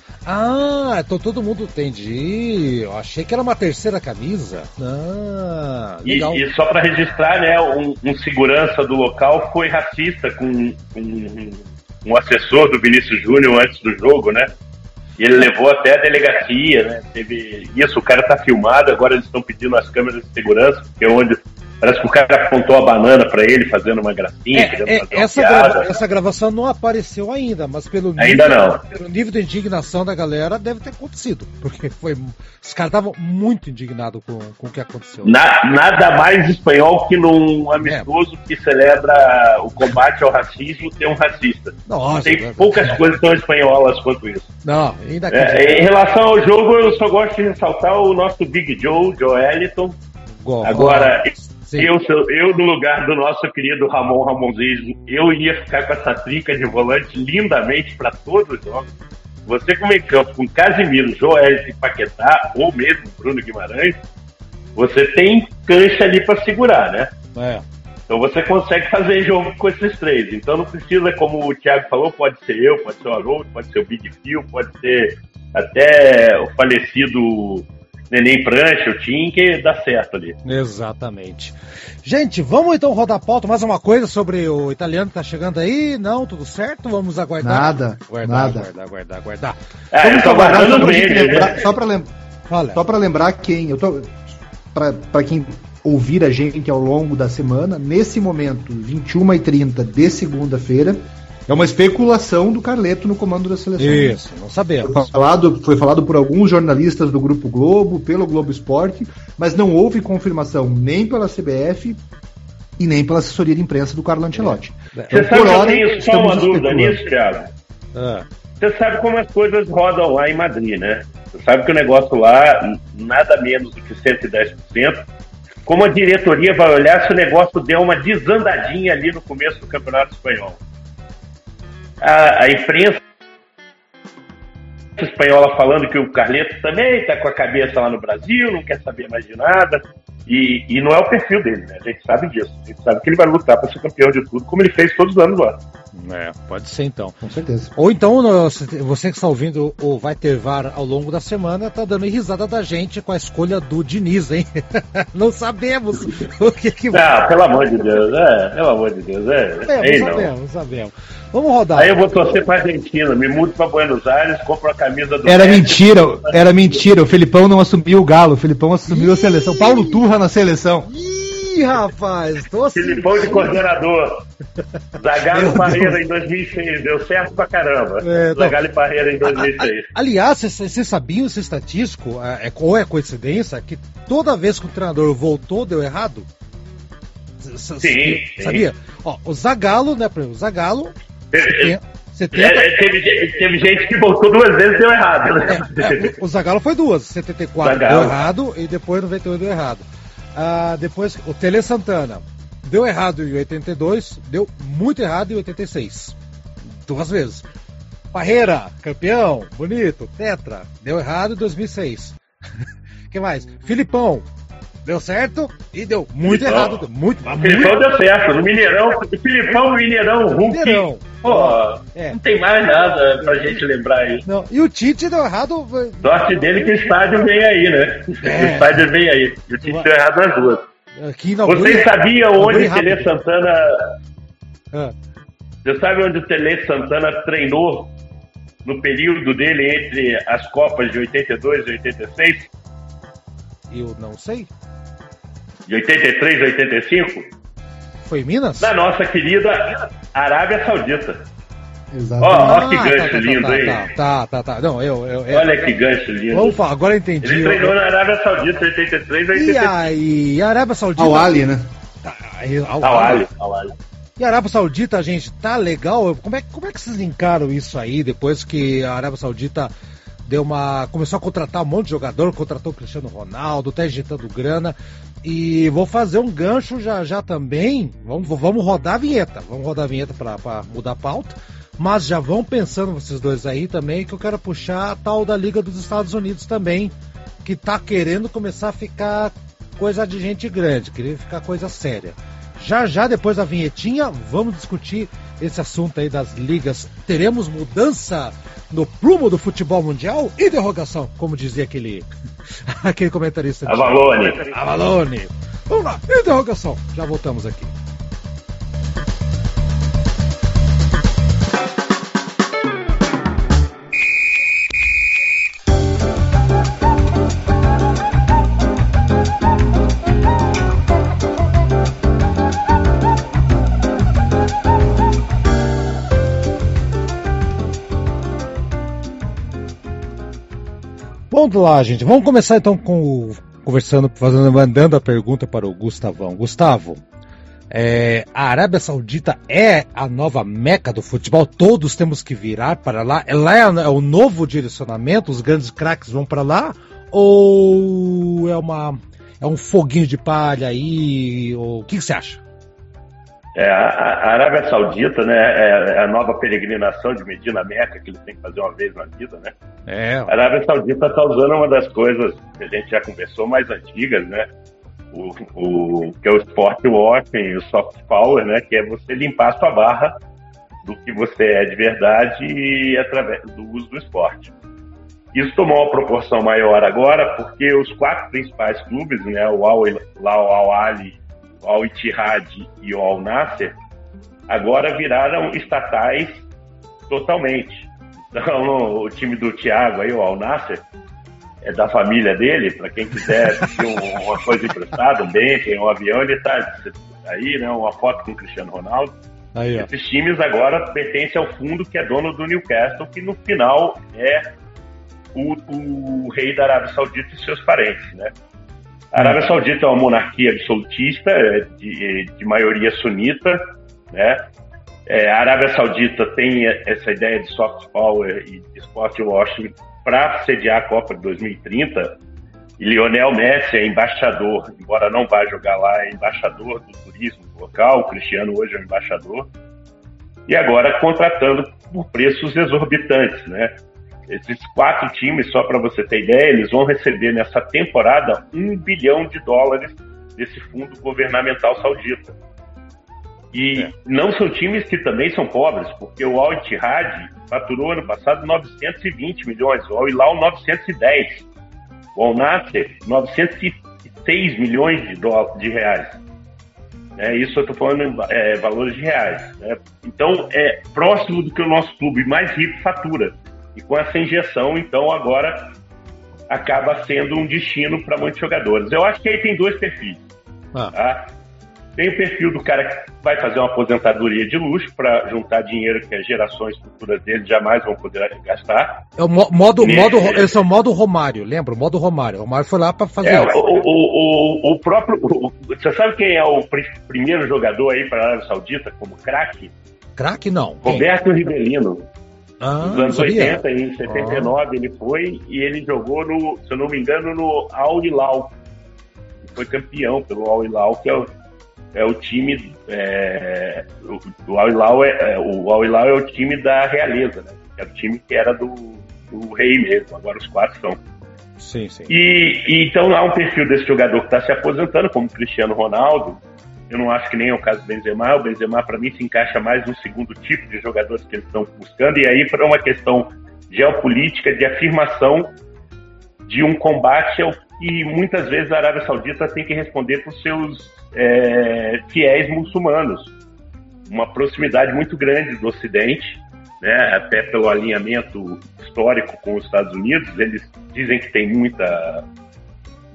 Ah, então todo mundo entendi. Eu achei que era uma terceira camisa. Ah, E, legal. e só para registrar, né, um, um segurança do local foi racista com, com um, um assessor do Vinícius Júnior antes do jogo, né? E ele levou até a delegacia, né? Teve isso, o cara tá filmado, agora eles estão pedindo as câmeras de segurança, porque é onde parece que o cara apontou a banana para ele fazendo uma gracinha, querendo É, é, fazer uma essa, piada. grava- essa gravação não apareceu ainda, mas pelo Ainda nível, não. pelo nível de indignação da galera deve ter acontecido. Porque foi, os caras estavam muito indignados com, com o que aconteceu. Na- nada mais espanhol que num amistoso que celebra o combate ao racismo ter um racista. Nossa, Tem velho. poucas coisas tão espanholas quanto isso. Não, ainda É, em relação ao jogo, eu só gosto de ressaltar o nosso Big Joe, Joeliton. Agora, Sim. eu, sou- eu no lugar do nosso querido Ramon Ramonzismo, eu ia ficar com essa trinca de volante lindamente para todos os jogos. Você como em campo com Casimiro, Joeliton e Paquetá, ou mesmo Bruno Guimarães, você tem cancha ali para segurar, né? É. Então você consegue fazer jogo com esses três. Então não precisa, como o Thiago falou, pode ser eu, pode ser o Haroldo, pode ser o Big Phil, pode ser até o falecido Neném Prancha, o Tim, que dá certo ali. Exatamente. Gente, vamos então rodar a pauta. Mais uma coisa sobre o italiano que tá chegando aí? Não, tudo certo? Vamos aguardar. Nada, Aguardar, nada. aguardar, aguardar, aguardar. Ah, eu tô aguardar aguardando só pra gente ele, lembrar- né? só pra lembrar. Fala. Só para lembrar quem, eu tô para quem ouvir a gente ao longo da semana, nesse momento, vinte e uma e trinta de segunda-feira, é uma especulação do Carleto no comando da seleção. Isso, não sabemos. Foi falado, foi falado por alguns jornalistas do Grupo Globo, pelo Globo Esporte, mas não houve confirmação nem pela C B F e nem pela assessoria de imprensa do Carlo Ancelotti. Você Então, sabe por que eu hora, tenho só estamos uma dúvida especulando. nisso, Thiago? Ah, Você sabe como as coisas rodam lá em Madrid, né? Você sabe que o negócio lá, nada menos do que cento e dez por cento. Como a diretoria vai olhar se o negócio der uma desandadinha ali no começo do Campeonato Espanhol? A, a imprensa espanhola falando que o Carleto também está com a cabeça lá no Brasil, não quer saber mais de nada. E, e não é o perfil dele, né? A gente sabe disso. A gente sabe que ele vai lutar para ser campeão de tudo, como ele fez todos os anos lá. é, pode ser então. Com certeza. Ou então, no- você que está ouvindo o Vai Ter V A R ao longo da semana, tá dando risada da gente com a escolha do Diniz, hein? Não sabemos o que que vai. Ah, pelo amor de Deus, é, pelo amor de Deus, é. Sabemos, Ei, não. sabemos, sabemos. Vamos rodar. Aí eu vou torcer pra Argentina, me mudo pra Buenos Aires, compro a camisa do Era Messi. mentira, era mentira. O Felipão não assumiu o Galo, o Felipão assumiu a seleção. Paulo Turra na seleção. Ih, rapaz, tô assim. Filipão de coordenador. Zagallo Meu e Parreira Deus. em dois mil e seis, deu certo pra caramba. É, não. Zagallo e Parreira em dois mil e seis. Aliás, vocês sabiam esse estatístico, é, ou é coincidência, que toda vez que o treinador voltou, deu errado? S- Sim, Sabia? Ó, o Zagallo, né, por exemplo, o Zagallo, É, setenta, é, teve, teve gente que voltou duas vezes e deu errado, né? É, o Zagallo foi duas, setenta e quatro Zagallo. deu errado e depois noventa e oito deu errado. Ah, depois o Tele Santana deu errado em oitenta e dois, deu muito errado em oitenta e seis. Duas vezes. Parreira, campeão, bonito, tetra, deu errado em dois mil e seis. Que mais? Filipão, deu certo e deu muito Filipão. errado. Deu muito, O muito Filipão deu certo. No Mineirão, o Filipão no Mineirão, Hulk. Mineirão. Pô, É. não tem mais nada pra gente lembrar isso. Não, e o Tite deu errado. Sorte dele que o estádio vem aí, né? É. O estádio vem aí. E o Tite deu errado nas duas. Aqui na Vocês sabiam onde o rápido. Tele Santana. Ah, Você sabe onde o Tele Santana treinou no período dele entre as Copas de oitenta e dois e oitenta e seis? Eu não sei. De oitenta e três a oitenta e cinco? Foi em Minas? Na nossa querida Arábia Saudita. Exatamente. Ó, ó Ah, que gancho tá, tá, lindo, tá, hein? Tá, tá, tá, tá. Não, eu, eu, eu- Olha que gancho lindo. Vamos falar, agora eu entendi. Ele treinou na Arábia Saudita oitenta e três a E oitenta e cinco. aí, a Arábia Saudita. Ao Ali, né? Aí, ao- Ao Ali, ao Ali. E a Arábia Saudita, gente, tá legal? Como é, como é que vocês encaram isso aí, depois que a Arábia Saudita deu uma, começou a contratar um monte de jogador, contratou o Cristiano Ronaldo, tá injetando grana, e vou fazer um gancho já já também, vamos, vamos rodar a vinheta, vamos rodar a vinheta pra, pra mudar a pauta, mas já vão pensando vocês dois aí também, que eu quero puxar a tal da Liga dos Estados Unidos também, que tá querendo começar a ficar coisa de gente grande, querendo ficar coisa séria. Já já, depois da vinhetinha, vamos discutir esse assunto aí das ligas. Teremos mudança no prumo do futebol mundial? Interrogação, como dizia aquele, aquele comentarista. de- Avalone. Avalone. Vamos lá, interrogação. Já voltamos aqui. Vamos lá, gente. Vamos começar então com o, conversando, fazendo, mandando a pergunta para o Gustavão. Gustavo, é, a Arábia Saudita é a nova meca do futebol? Todos temos que virar para lá? Lá é, é o novo direcionamento? Os grandes craques vão para lá? Ou é uma é um foguinho de palha aí? Ou, o que, que você acha? É, a, a Arábia Saudita, né, é a nova peregrinação de Medina Meca, que eles têm que fazer uma vez na vida, né? É. A Arábia Saudita está usando uma das coisas que a gente já conversou mais antigas, né? O, o, que é o sport washing, o soft power, né? Que é você limpar a sua barra do que você é de verdade e através do uso do esporte. Isso tomou uma proporção maior agora porque os quatro principais clubes, né? O Al-Ahly, o Al-Ittihad e o Al-Nassr, agora viraram estatais totalmente. Então, o time do Thiago aí, o Al-Nassr, é da família dele, para quem quiser ter um, uma coisa emprestada, um bem, tem um avião, ele tá aí, né, uma foto com o Cristiano Ronaldo. Aí, ó. Esses times agora pertencem ao fundo que é dono do Newcastle, que no final é o, o rei da Arábia Saudita e seus parentes, né? A Arábia Saudita é uma monarquia absolutista, de, de maioria sunita, né? É, a Arábia Saudita tem essa ideia de soft power e de sport washing para sediar a Copa de dois mil e trinta. E Lionel Messi é embaixador, embora não vá jogar lá, é embaixador do turismo local. O Cristiano hoje é um embaixador. E agora contratando por preços exorbitantes, né? Esses quatro times, só para você ter ideia, eles vão receber nessa temporada um bilhão de dólares desse fundo governamental saudita. E é. não são times que também são pobres, porque o Al-Ittihad faturou ano passado novecentos e vinte milhões, o Al-Hilal novecentos e dez, o Al-Nassr novecentos e seis milhões de, dólares, de reais. É, isso eu estou falando em é, valores de reais. Né? Então é próximo do que o nosso clube mais rico fatura. E com essa injeção, então, agora acaba sendo um destino para muitos jogadores. Eu acho que aí tem dois perfis. Ah. Tá? Tem o perfil do cara que vai fazer uma aposentadoria de luxo para juntar dinheiro que as gerações futuras dele jamais vão poder gastar. É o mo- modo, Nesse... modo, esse é o modo Romário, lembra? O modo Romário. O Romário foi lá para fazer é, isso. O, o, o, o próprio... O, você sabe quem é o pr- primeiro jogador aí para a Arábia Saudita como craque? Craque não. Roberto quem? Rivelino. Ah, Nos anos sabia. oitenta, em setenta e nove, ah. ele foi e ele jogou, no, se eu não me engano, no Al-Hilal. Foi campeão pelo Al-Hilal, que é o, é o time... É, o, o Al-Hilal é, é, o Al-Hilal é o time da realeza, né? Era o time que era do, do rei mesmo, agora os quatro são. Sim, sim. E, e então há um perfil desse jogador que está se aposentando, como Cristiano Ronaldo. Eu não acho que nem é o caso do Benzema. O Benzema, para mim, se encaixa mais no segundo tipo de jogadores que eles estão buscando. E aí, para uma questão geopolítica, de afirmação de um combate ao que muitas vezes a Arábia Saudita tem que responder para os seus é, fiéis muçulmanos. Uma proximidade muito grande do Ocidente, né, até pelo alinhamento histórico com os Estados Unidos. Eles dizem que tem muita...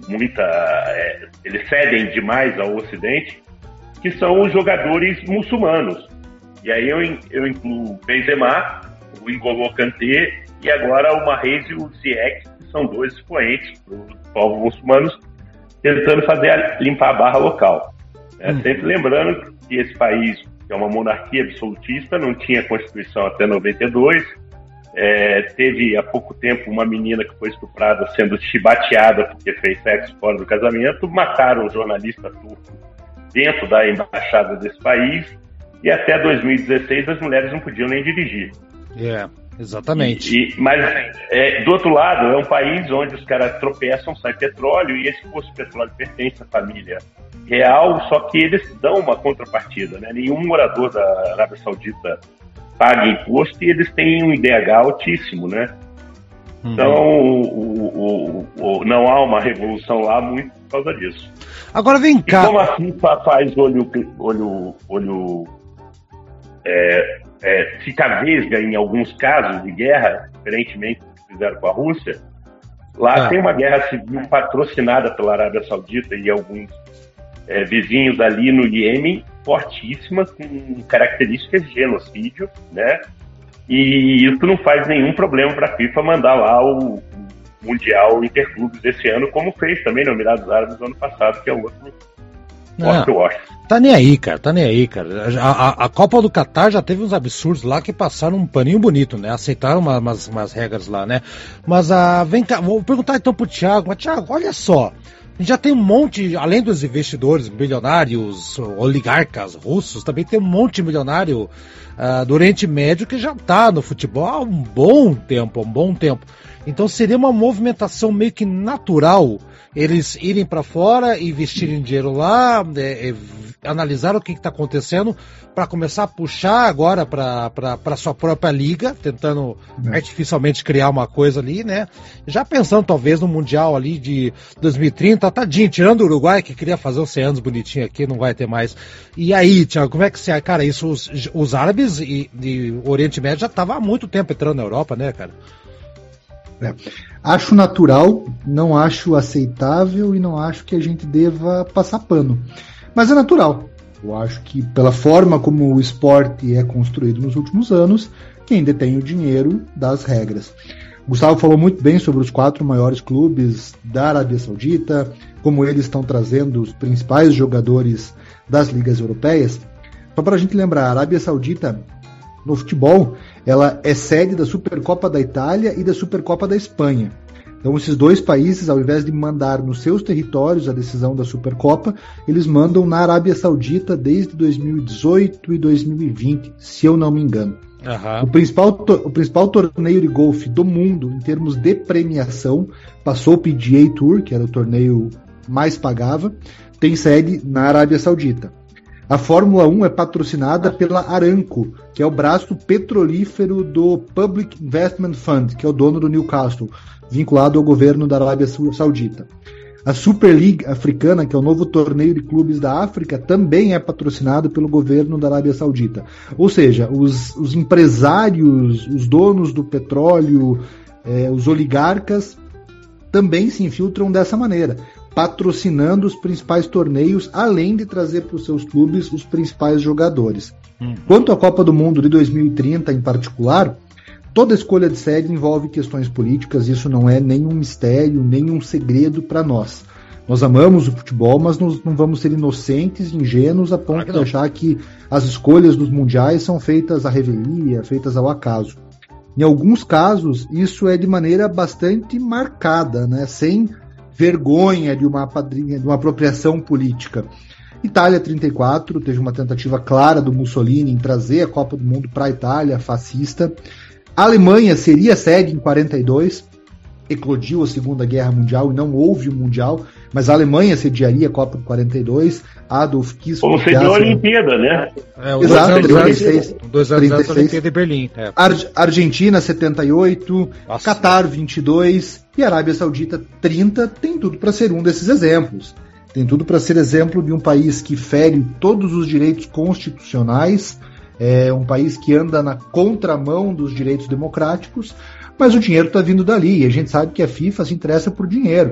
muita, é, eles cedem demais ao Ocidente, que são os jogadores muçulmanos. E aí eu, eu incluo o Benzema, o N'Golo Kanté e agora o Mahrez e o Ziyech, que são dois expoentes para os povos muçulmanos, tentando fazer a, limpar a barra local. É, hum. Sempre lembrando que esse país, que é uma monarquia absolutista, não tinha Constituição até noventa e dois, é, teve há pouco tempo uma menina que foi estuprada sendo chibateada porque fez sexo fora do casamento, mataram um jornalista turco dentro da embaixada desse país, e até dois mil e dezesseis as mulheres não podiam nem dirigir. É, yeah, exatamente. E, e, mas, é, do outro lado, é um país onde os caras tropeçam, sai petróleo, e esse poço de petróleo pertence à família real, só que eles dão uma contrapartida, né? Nenhum morador da Arábia Saudita paga imposto e eles têm um I D H altíssimo, né? Uhum. Então, o, o, o, não há uma revolução lá muito por causa disso. Agora vem cá. E como a FIFA faz olho, olho, olho é, é, fica vesga em alguns casos de guerra, diferentemente do que fizeram com a Rússia, lá ah. tem uma guerra civil patrocinada pela Arábia Saudita e alguns é, vizinhos ali no Iêmen, fortíssima, com características de genocídio, né? E isso não faz nenhum problema para a FIFA mandar lá o Mundial Interclubes desse ano, como fez também no Emirados Árabes no ano passado, que é o outro Wash. Tá nem aí, cara, tá nem aí, cara. A, a, a Copa do Catar já teve uns absurdos lá que passaram um paninho bonito, né? Aceitaram uma, umas, umas regras lá, né? Mas a, vem cá, vou perguntar então pro Thiago, mas Thiago, olha só. Já tem um monte, além dos investidores bilionários, oligarcas russos, também tem um monte de milionário uh, do Oriente Médio que já está no futebol há um bom tempo, um bom tempo. Então seria uma movimentação meio que natural eles irem para fora, investirem dinheiro lá, é, é, analisar o que está acontecendo para começar a puxar agora para a sua própria liga, tentando é. artificialmente criar uma coisa ali, né? Já pensando talvez no Mundial ali de dois mil e trinta, tadinho, tirando o Uruguai que queria fazer os cem anos bonitinho aqui, não vai ter mais. E aí, Thiago, como é que você... Cara, isso os, os árabes e, e o Oriente Médio já estavam há muito tempo entrando na Europa, né, cara? É. Acho natural, não acho aceitável e não acho que a gente deva passar pano. Mas é natural. Eu acho que pela forma como o esporte é construído nos últimos anos, quem detém o dinheiro dá as regras. O Gustavo falou muito bem sobre os quatro maiores clubes da Arábia Saudita, como eles estão trazendo os principais jogadores das ligas europeias. Só para a gente lembrar, a Arábia Saudita no futebol, ela é sede da Supercopa da Itália e da Supercopa da Espanha. Então esses dois países, ao invés de mandar nos seus territórios a decisão da Supercopa, eles mandam na Arábia Saudita desde dois mil e dezoito e dois mil e vinte, se eu não me engano. Uhum. O, principal to- o principal torneio de golfe do mundo, em termos de premiação, passou o P G A Tour, que era o torneio mais pagava, tem sede na Arábia Saudita. A Fórmula um é patrocinada pela Aramco, que é o braço petrolífero do Public Investment Fund, que é o dono do Newcastle, vinculado ao governo da Arábia Saudita. A Super League africana, que é o novo torneio de clubes da África, também é patrocinado pelo governo da Arábia Saudita. Ou seja, os, os empresários, os donos do petróleo, eh, os oligarcas, também se infiltram dessa maneira, patrocinando os principais torneios, além de trazer para os seus clubes os principais jogadores. Hum. Quanto à Copa do Mundo de dois mil e trinta em particular, toda escolha de sede envolve questões políticas, isso não é nenhum mistério, nenhum segredo para nós. Nós amamos o futebol, mas nós não vamos ser inocentes, ingênuos, a ponto de achar que as escolhas dos mundiais são feitas à revelia, feitas ao acaso. Em alguns casos, isso é de maneira bastante marcada, né? Sem vergonha de uma, padrinha, de uma apropriação política. Itália trinta e quatro, teve uma tentativa clara do Mussolini em trazer a Copa do Mundo para a Itália, fascista. A Alemanha seria sede em quarenta e dois, eclodiu a Segunda Guerra Mundial e não houve um Mundial, mas a Alemanha sediaria a Copa de quarenta e dois, Adolf quis... Como sediou a Olimpíada, né? É, o Exato, trinta e seis. Dois anos antes da Olimpíada de Berlim. É. Ar- Argentina, setenta e oito, Nossa. Catar, vinte e dois, e Arábia Saudita, trinta, tem tudo para ser um desses exemplos. Tem tudo para ser exemplo de um país que fere todos os direitos constitucionais, é um país que anda na contramão dos direitos democráticos, mas o dinheiro está vindo dali, e a gente sabe que a FIFA se interessa por dinheiro.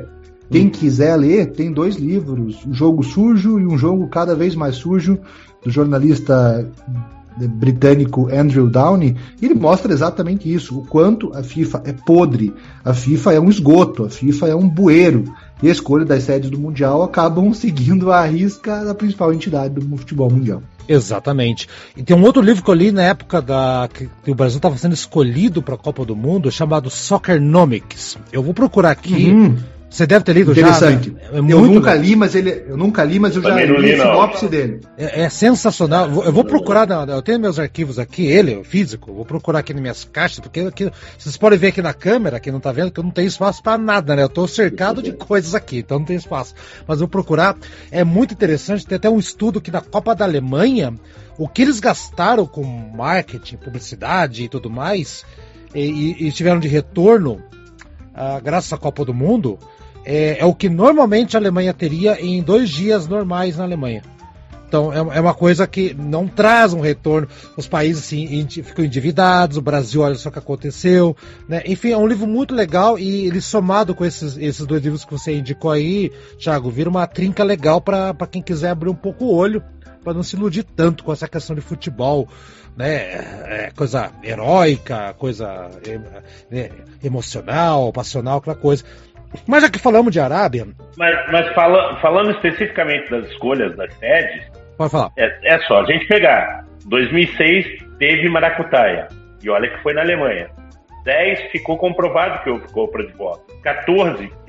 Quem quiser ler, tem dois livros, O Jogo Sujo e Um Jogo Cada Vez Mais Sujo, do jornalista britânico Andrew Downey. Ele mostra exatamente isso, o quanto a FIFA é podre, a FIFA é um esgoto, a FIFA é um bueiro, e a escolha das sedes do Mundial acabam seguindo a risca da principal entidade do futebol mundial. Exatamente. E tem um outro livro que eu li na época da que, que o Brasil estava sendo escolhido para a Copa do Mundo, chamado Soccernomics. Eu vou procurar aqui. Uhum. Você deve ter lido Interessante. já. Né? É eu nunca legal. li, mas ele, eu nunca li, mas eu já li, li a sinopse dele. É, é sensacional. Eu vou procurar, eu tenho meus arquivos aqui, ele, o físico, vou procurar aqui nas minhas caixas, porque aqui, vocês podem ver aqui na câmera, quem não tá vendo, que eu não tenho espaço para nada, né? Eu tô cercado de coisas aqui, então não tem espaço. Mas eu vou procurar. É muito interessante, tem até um estudo que na Copa da Alemanha, o que eles gastaram com marketing, publicidade e tudo mais, e, e tiveram de retorno, ah, graças à Copa do Mundo, É, é o que normalmente a Alemanha teria em dois dias normais na Alemanha. Então é, é uma coisa que não traz um retorno. Os países assim, indi- ficam endividados, o Brasil, olha só o que aconteceu. Né? Enfim, é um livro muito legal e ele somado com esses, esses dois livros que você indicou aí, Thiago, vira uma trinca legal para quem quiser abrir um pouco o olho, para não se iludir tanto com essa questão de futebol, né? É, coisa heróica, coisa é, emocional, passional, aquela coisa. Mas já que falamos de Arábia... Mas, mas fala, falando especificamente das escolhas das sedes... Pode falar. É, é só a gente pegar. dois mil e seis teve Maracutaia. E olha que foi na Alemanha. dez ficou comprovado que houve compra de votos. quatorze, que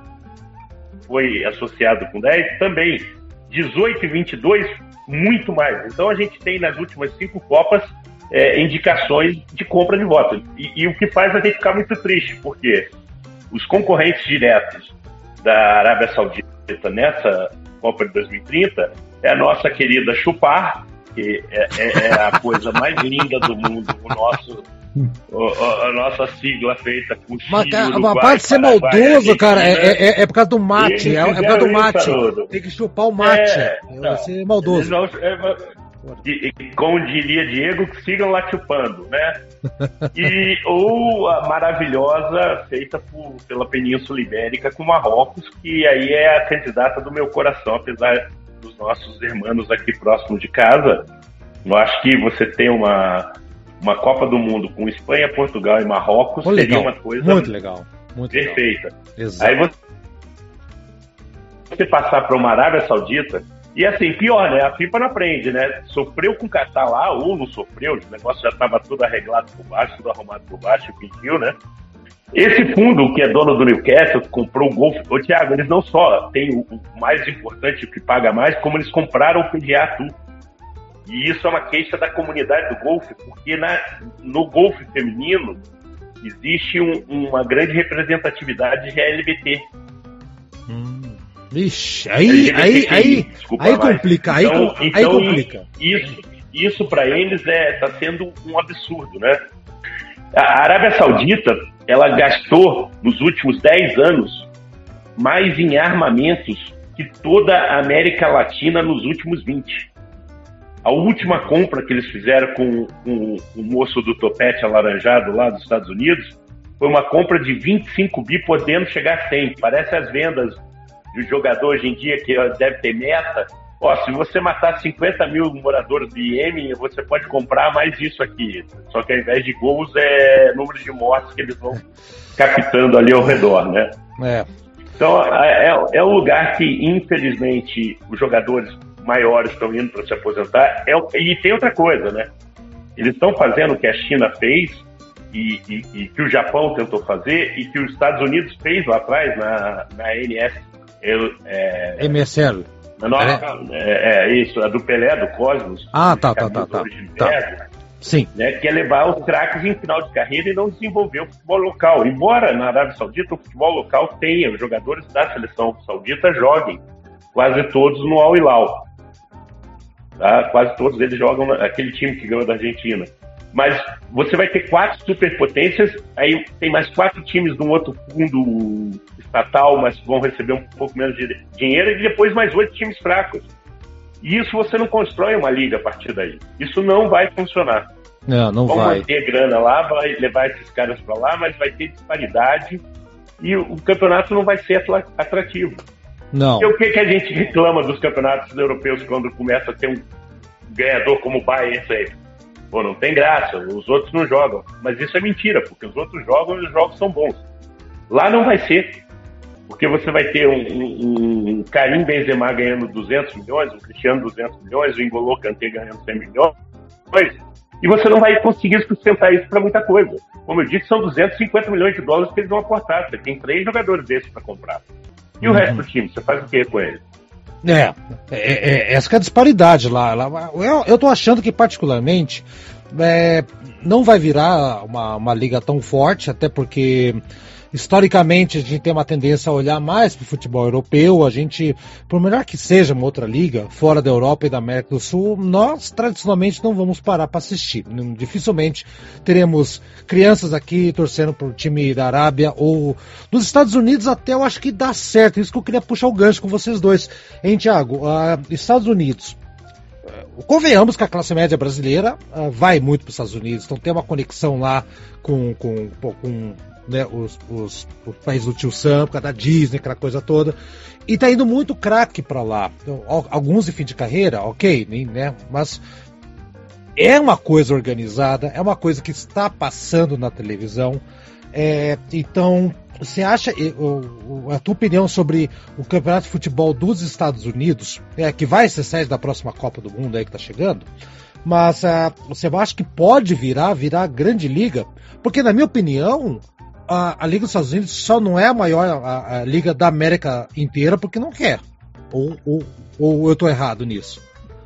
foi associado com dez, também. dezoito e vinte e dois, muito mais. Então a gente tem nas últimas cinco Copas é, indicações de compra de votos. E, e o que faz a gente ficar muito triste, porque... os concorrentes diretos da Arábia Saudita nessa Copa de dois mil e trinta é a nossa querida Chupar, que é, é, é a coisa mais linda do mundo, o nosso, o, a nossa sigla feita com Chile, Uruguai, uma parte de ser maldoso, cara, é, é, é por causa do mate, é, é por causa do mate, isso, tem que chupar o mate, é, é ser maldoso. Não, é, E, e, como diria Diego, que sigam lá chupando, né? E, ou a maravilhosa feita por, pela Península Ibérica com Marrocos, que aí é a candidata do meu coração, apesar dos nossos irmãos aqui próximos de casa. Eu acho que você ter uma, uma Copa do Mundo com Espanha, Portugal e Marrocos oh, seria uma coisa muito legal, muito perfeita. Legal. Aí você, você passar para uma Arábia Saudita. E assim, pior, né? A FIFA não aprende, né? Sofreu com o Catar lá, ou não sofreu, o negócio já estava tudo arreglado por baixo, tudo arrumado por baixo, pediu, né? Esse fundo, que é dono do Newcastle, que comprou o Golf... Ô, Thiago, eles não só têm o, o mais importante, o que paga mais, como eles compraram o P G A Tour. E isso é uma queixa da comunidade do golfe, porque na, no golfe feminino existe um, uma grande representatividade de L G B T. Hum. Vixe, aí, aí, aí, Desculpa, aí complica, aí, então, aí então, complica. Isso, isso para eles está é, tá sendo um absurdo, né? A Arábia Saudita, ela gastou nos últimos dez anos mais em armamentos que toda a América Latina nos últimos vinte. A última compra que eles fizeram com, com o moço do topete alaranjado lá dos Estados Unidos foi uma compra de vinte e cinco bi, podendo chegar a cem. Parece as vendas de jogador hoje em dia que deve ter meta. Ó, se você matar cinquenta mil moradores de Iêmen, você pode comprar mais isso aqui. Só que ao invés de gols, é número de mortes que eles vão captando ali ao redor, né? É. Então, é, é um lugar que, infelizmente, os jogadores maiores estão indo para se aposentar. É, e tem outra coisa, né? Eles estão fazendo o que a China fez e, e, e que o Japão tentou fazer e que os Estados Unidos fez lá atrás na, na N S. É, M S L. Nossa, é, é isso, a do Pelé, do Cosmos. Ah, tá, tá, tá, tá. tá. Sim. Né, que é levar os craques em final de carreira e não desenvolver o futebol local. Embora na Arábia Saudita o futebol local tenha, os jogadores da seleção saudita joguem, quase todos no Al Hilal. Tá? Quase todos eles jogam naquele time que ganhou da Argentina. Mas você vai ter quatro superpotências, aí tem mais quatro times de um outro fundo estatal, mas vão receber um pouco menos de dinheiro, e depois mais oito times fracos. E isso você não constrói uma liga a partir daí. Isso não vai funcionar. Não, não Vão vai. manter grana lá, vai levar esses caras para lá, mas vai ter disparidade e o campeonato não vai ser atrativo. Não. E o que, que a gente reclama dos campeonatos europeus quando começa a ter um ganhador como o Bayern sempre? Pô, não tem graça, os outros não jogam. Mas isso é mentira, porque os outros jogam e os jogos são bons. Lá não vai ser, porque você vai ter um, um, um Karim Benzema ganhando duzentos milhões, um Cristiano duzentos milhões, o N'Golo Kanté ganhando cem milhões, e você não vai conseguir sustentar isso para muita coisa. Como eu disse, são duzentos e cinquenta milhões de dólares que eles vão aportar. Você tem três jogadores desses para comprar. E o uhum. resto do time, você faz o que com ele? É, é, é, essa que é a disparidade lá. lá eu, eu tô achando que, particularmente, é, não vai virar uma, uma liga tão forte, até porque, historicamente, a gente tem uma tendência a olhar mais para o futebol europeu. A gente, por melhor que seja uma outra liga, fora da Europa e da América do Sul, nós, tradicionalmente, não vamos parar para assistir. Dificilmente teremos crianças aqui torcendo para o time da Arábia ou dos Estados Unidos. Até eu acho que dá certo. Isso que eu queria puxar o gancho com vocês dois. Hein, Thiago? Uh, Estados Unidos. Uh, convenhamos que a classe média brasileira uh, vai muito para os Estados Unidos. Então tem uma conexão lá com... com, com né, os, os, os países do tio Sam, da Disney, aquela coisa toda, e tá indo muito craque para lá. Então, alguns de fim de carreira, ok, né, mas é uma coisa organizada, é uma coisa que está passando na televisão. É, então, você acha, a tua opinião sobre o Campeonato de Futebol dos Estados Unidos, é, que vai ser sede da próxima Copa do Mundo aí que tá chegando, mas uh, você acha que pode virar, virar grande liga? Porque, na minha opinião, A, a Liga dos Estados Unidos só não é a maior a, a Liga da América inteira porque não quer. Ou, ou, ou eu estou errado nisso?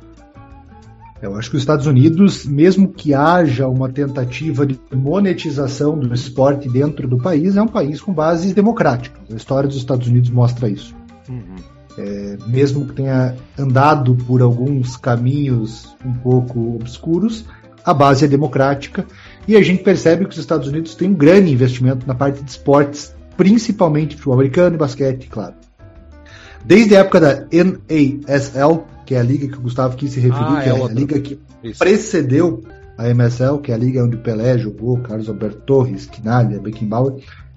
Eu acho que os Estados Unidos, mesmo que haja uma tentativa de monetização do esporte dentro do país, é um país com bases democráticas. A história dos Estados Unidos mostra isso. Uhum. É, mesmo que tenha andado por alguns caminhos um pouco obscuros, a base é democrática. E a gente percebe que os Estados Unidos têm um grande investimento na parte de esportes, principalmente futebol americano e basquete, claro. Desde a época da N A S L, que é a liga que o Gustavo quis se referir, ah, que é, é a liga que Isso. precedeu a M S L, que é a liga onde o Pelé jogou, Carlos Alberto Torres, Quinalha, Beckenbauer,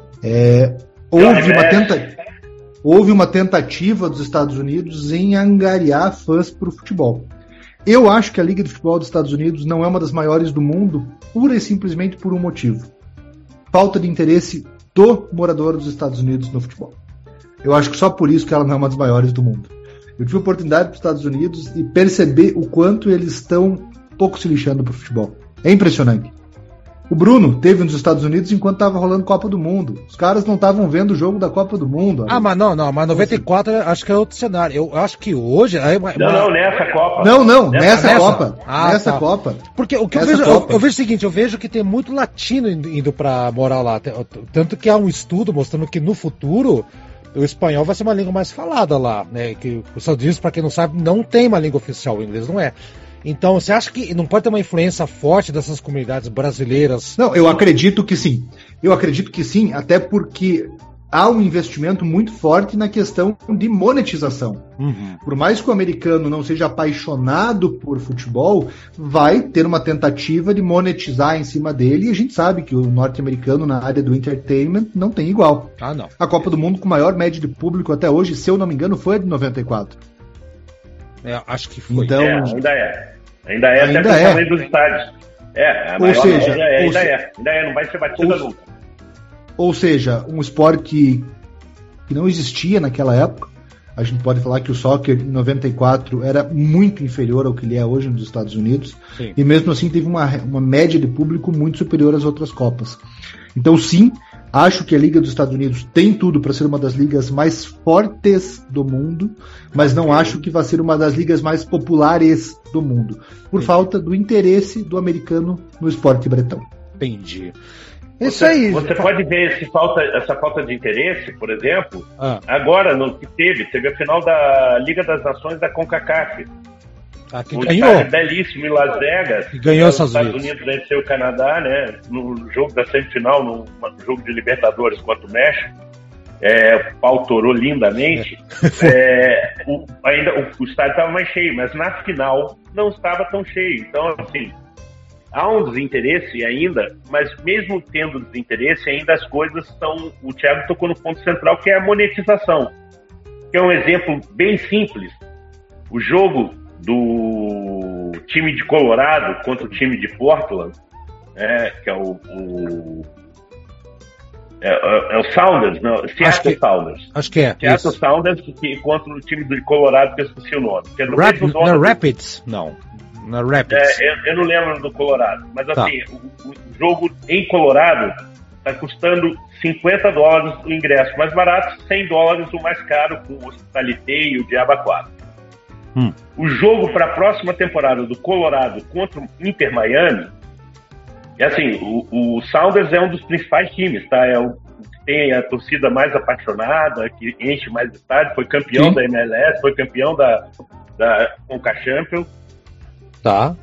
é, houve, uma tenta... houve uma tentativa dos Estados Unidos em angariar fãs para o futebol. Eu acho que a Liga de Futebol dos Estados Unidos não é uma das maiores do mundo, pura e simplesmente por um motivo. Falta de interesse do morador dos Estados Unidos no futebol. Eu acho que só por isso que ela não é uma das maiores do mundo. Eu tive a oportunidade para os Estados Unidos e perceber o quanto eles estão pouco se lixando para o futebol. É impressionante. O Bruno teve nos Estados Unidos enquanto estava rolando Copa do Mundo. Os caras não estavam vendo o jogo da Copa do Mundo. Ah, mas não, não, mas noventa e quatro acho que é outro cenário. Eu acho que hoje... Aí, não, mas... não, nessa Copa. Não, não, nessa, nessa Copa. Ah, nessa tá. Copa. Porque o que eu vejo, eu, eu vejo o seguinte, eu vejo que tem muito latino indo, indo pra morar lá. Tanto que há um estudo mostrando que no futuro o espanhol vai ser uma língua mais falada lá, né? Que os Estados Unidos, pra quem não sabe, não tem uma língua oficial, o inglês não é. Então, você acha que não pode ter uma influência forte dessas comunidades brasileiras? Não, eu acredito que sim. Eu acredito que sim, até porque há um investimento muito forte na questão de monetização. Uhum. Por mais que o americano não seja apaixonado por futebol, vai ter uma tentativa de monetizar em cima dele, e a gente sabe que o norte-americano na área do entertainment não tem igual. Ah, não. A Copa do Mundo com maior média de público até hoje, se eu não me engano, foi a de noventa e quatro. É, acho que foi. Então, é, ainda é. Ainda é, ainda até é. tamanho dos estádios. É, a ou seja, é, ou ainda se... é, ainda é, não vai ser batida ou... nunca. Ou seja, um esporte que não existia naquela época. A gente pode falar que o soccer em noventa e quatro era muito inferior ao que ele é hoje nos Estados Unidos. Sim. E mesmo assim teve uma, uma média de público muito superior às outras Copas. Então sim, acho que a Liga dos Estados Unidos tem tudo para ser uma das ligas mais fortes do mundo, mas não acho que vai ser uma das ligas mais populares do mundo, por Sim. falta do interesse do americano no esporte bretão. Entendi. Isso você, aí. Você pode ver esse falta, essa falta de interesse, por exemplo, ah. agora no que teve, teve a final da Liga das Nações da CONCACAF. Ah, que um ganhou. Belíssimo em Las Vegas. Que ganhou os essas Estados Unidos venceu o Canadá, né? No jogo da semifinal, no jogo de Libertadores contra o México. É, o pau torou lindamente. É, o, ainda, o, o estádio estava mais cheio, mas na final não estava tão cheio. Então, assim, há um desinteresse ainda, mas mesmo tendo desinteresse, ainda as coisas são... O Thiago tocou no ponto central, que é a monetização. Que é um exemplo bem simples. O jogo do time de Colorado contra o time de Portland, é, que é o... o é, é, é o Sounders, não, Seattle que, Sounders. Acho que é. Seattle isso. Sounders que, contra o time de Colorado, que eu esqueci o nome. Que é do Rap, mesmo dono na do... Rapids? Não. Na Rapids. É, eu, eu não lembro do Colorado, mas Tá. assim, o, o jogo em Colorado está custando cinquenta dólares o ingresso mais barato, cem dólares o mais caro, com o Hospitalité e o Diaba quatro. Hum. O jogo para a próxima temporada do Colorado contra o Inter Miami, é assim, o, o Sounders é um dos principais times, tá? É o que tem a torcida mais apaixonada, que enche mais estádio, foi campeão Sim. da M L S, foi campeão da, da Conca Champions. Tá.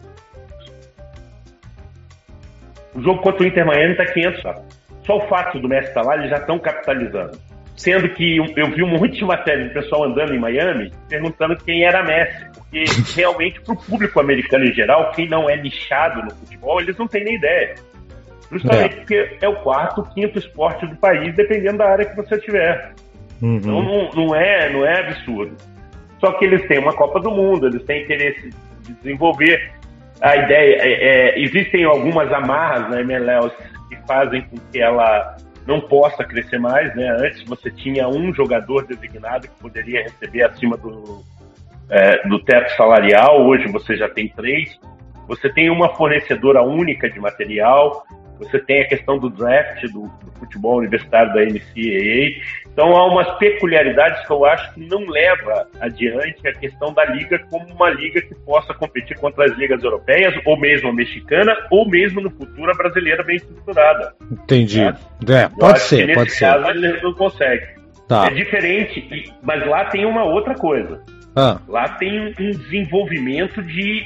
O jogo contra o Inter Miami está quinhentos, sabe? Só o fato do Messi estar lá, eles já estão capitalizando. Sendo que eu, eu vi um monte de matéria do pessoal andando em Miami perguntando quem era Messi. Porque realmente, para o público americano em geral, quem não é nichado no futebol, eles não têm nem ideia. Justamente é. porque é o quarto, quinto esporte do país, dependendo da área que você tiver. Uhum. Então não, não, é, não é absurdo. Só que eles têm uma Copa do Mundo, eles têm interesse de desenvolver. A ideia é, é, existem algumas amarras na M L S que fazem com que ela não possa crescer mais, né? Antes você tinha um jogador designado que poderia receber acima do, é, do teto salarial, hoje você já tem três. Você tem uma fornecedora única de material, você tem a questão do draft do, do futebol universitário da N C A A. Então há umas peculiaridades que eu acho que não leva adiante a questão da liga como uma liga que possa competir contra as ligas europeias, ou mesmo a mexicana, ou mesmo no futuro a brasileira bem estruturada. Entendi. Tá? É, pode ser, nesse pode caso, ser. Eles não conseguem. Tá. É diferente, mas lá tem uma outra coisa. Ah. Lá tem um desenvolvimento de,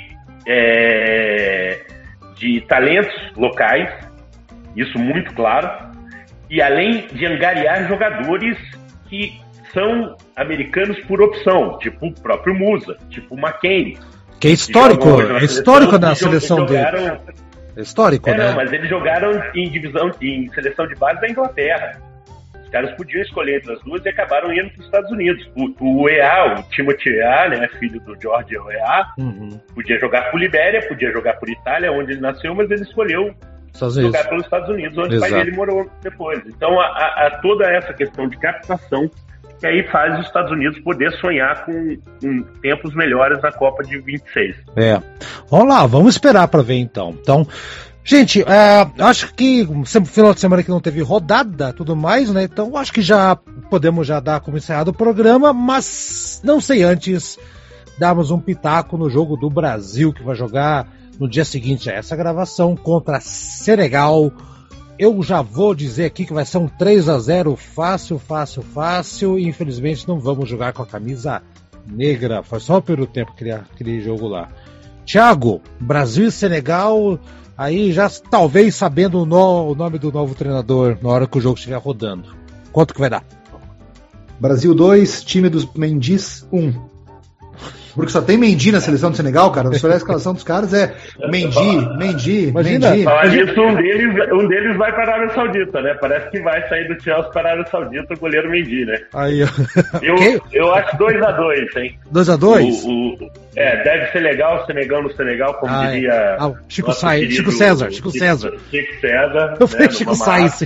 é, de talentos locais, isso muito claro. E além de angariar jogadores que são americanos por opção, tipo o próprio Musa, tipo o McKinney. Que é histórico, é histórico na seleção dele. É histórico, é, né? Não, mas eles jogaram em divisão, em seleção de base da Inglaterra. Os caras podiam escolher entre as duas e acabaram indo para os Estados Unidos. O, o E A, o Timothy E A, né, filho do George E A, uhum. podia jogar por Libéria, podia jogar por Itália, onde ele nasceu, mas ele escolheu jogar pelos Estados Unidos, onde Exato. o pai dele morou depois. Então, há, há toda essa questão de captação que aí faz os Estados Unidos poder sonhar com, com tempos melhores na Copa de vinte e seis. É. Vamos lá, vamos esperar para ver então. Então, gente, é, acho que final de semana que não teve rodada, tudo mais, né? Então, acho que já podemos já dar como encerrado o programa, mas não sei antes darmos um pitaco no jogo do Brasil que vai jogar no dia seguinte a essa gravação contra Senegal. Eu já vou dizer aqui que vai ser um três a zero fácil, fácil, fácil. E infelizmente não vamos jogar com a camisa negra. Foi só pelo tempo aquele, aquele jogo lá. Thiago, Brasil e Senegal, aí já talvez sabendo o, no, o nome do novo treinador na hora que o jogo estiver rodando. Quanto que vai dar? Brasil dois, time dos Mendis um. Porque só tem Mendy na seleção do Senegal, cara. Se olhar a escalação dos caras é Mendy, Mendy, Imagina, Mendy. Falar nisso, um deles, um deles vai para a Arábia Saudita, né? Parece que vai sair do Chelsea para a Arábia Saudita o goleiro Mendy, né? Aí, ó. Eu, eu acho dois a dois, hein? dois a dois? O, o, é, deve ser legal, Senegal no Senegal, como ah, diria... É. Ah, Chico, Sai, Chico César, Chico, Chico César. Chico César. Eu falei né, Chico Sainz.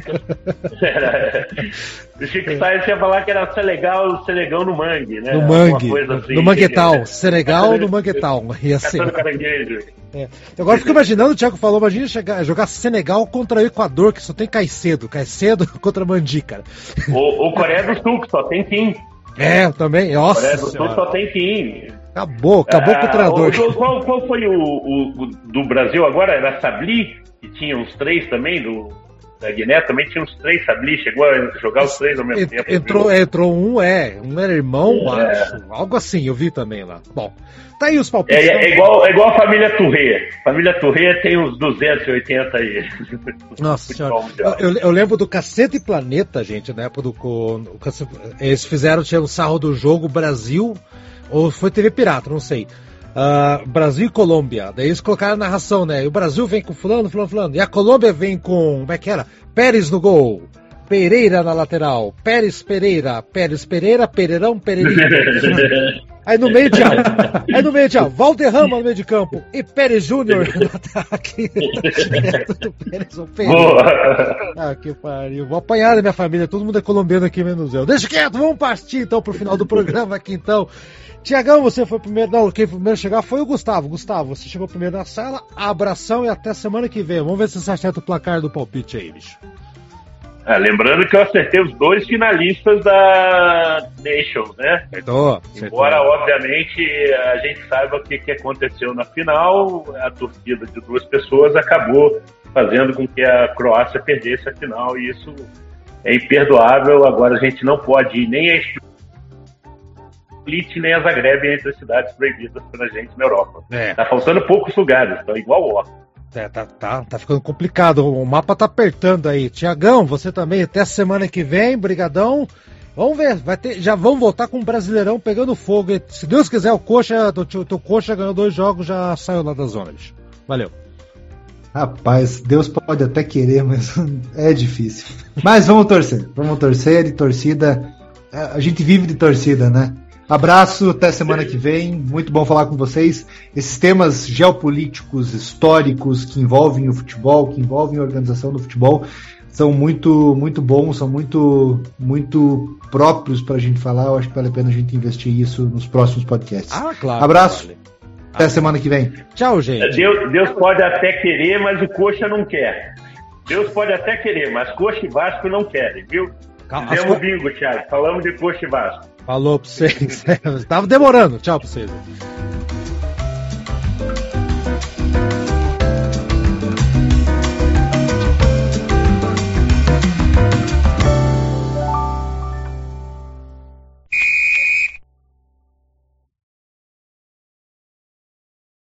O Chico Sainz ia falar que era Senegal, Senegal no mangue, né? No mangue, assim, no manguetal. Senegal no manguetal. Ia ser. É. Eu agora fico imaginando, o Thiago falou, imagina chegar, jogar Senegal contra o Equador, que só tem Caicedo. Caicedo contra Mandi, cara. O, o Coreia do Sul, que só tem Kim. É, também. Nossa Coreia do Sul só tem Kim. Acabou, acabou ah, com o treinador. O, qual, qual foi o, o, o do Brasil agora? Era Sabli, que tinha uns três também, do... da Guiné também tinha uns três, Sabli, chegou a jogar os três ao mesmo Ent, tempo. Entrou, entrou um, é, um era irmão, é. acho, algo assim, eu vi também lá. Bom, tá aí os palpites. É, é, igual, é igual a família Touré. Família Touré tem uns duzentos e oitenta aí. Nossa senhora. Eu, eu lembro do Cacete e Planeta, gente, na época do... O, eles fizeram, tinha o sarro do jogo Brasil, ou foi T V Pirata, não sei. Uh, Brasil e Colômbia. Daí eles colocaram a narração, né? E o Brasil vem com fulano, fulano, fulano. E a Colômbia vem com, como é que era? Pérez no gol. Pereira na lateral. Pérez Pereira. Pérez Pereira, Pereirão, Pereirinho. Aí no meio, tchau. Aí no meio, tchau. Valderrama no meio de campo. E Pérez Júnior no ataque. Pérez ou Pereira. Ah, que pariu. Vou apanhar da minha família. Todo mundo é colombiano aqui, menos eu. Deixa quieto, vamos partir então pro final do programa aqui então. Tiagão, você foi o primeiro. Não, quem foi o primeiro a chegar foi o Gustavo. Gustavo, você chegou primeiro na sala. Abração e até semana que vem. Vamos ver se você acerta o placar do palpite aí, bicho. Ah, lembrando que eu acertei os dois finalistas da Nations, né? Acertou, Embora, acertou. Obviamente, a gente saiba o que, que aconteceu na final, a torcida de duas pessoas acabou fazendo com que a Croácia perdesse a final, e isso é imperdoável. Agora a gente não pode ir nem a Split nem a Zagreb entre as cidades proibidas pra gente na Europa. É. Tá faltando poucos lugares, então igual o Ó. É, tá, tá, tá ficando complicado, o mapa tá apertando aí. Tiagão, você também, até semana que vem, brigadão. Vamos ver, vai ter, já vamos voltar com o Brasileirão pegando fogo. Se Deus quiser, o Coxa, o teu Coxa ganhou dois jogos, já saiu lá da zona, bicho. Valeu. Rapaz, Deus pode até querer, mas é difícil. Mas vamos torcer, vamos torcer, e torcida, a gente vive de torcida, né? Abraço, até semana que vem, muito bom falar com vocês. Esses temas geopolíticos, históricos, que envolvem o futebol, que envolvem a organização do futebol, são muito, muito bons, são muito, muito próprios para a gente falar. Eu acho que vale a pena a gente investir isso nos próximos podcasts. Ah, claro. Abraço, vale. Até ah, semana que vem. Tchau, gente. Deus, Deus pode até querer, mas o Coxa não quer. Deus pode até querer, mas Coxa e Vasco não querem, viu? Fizemos o bingo, Thiago. Falamos de Coxa e Vasco. Falou pra vocês. Tava demorando. Tchau pra vocês.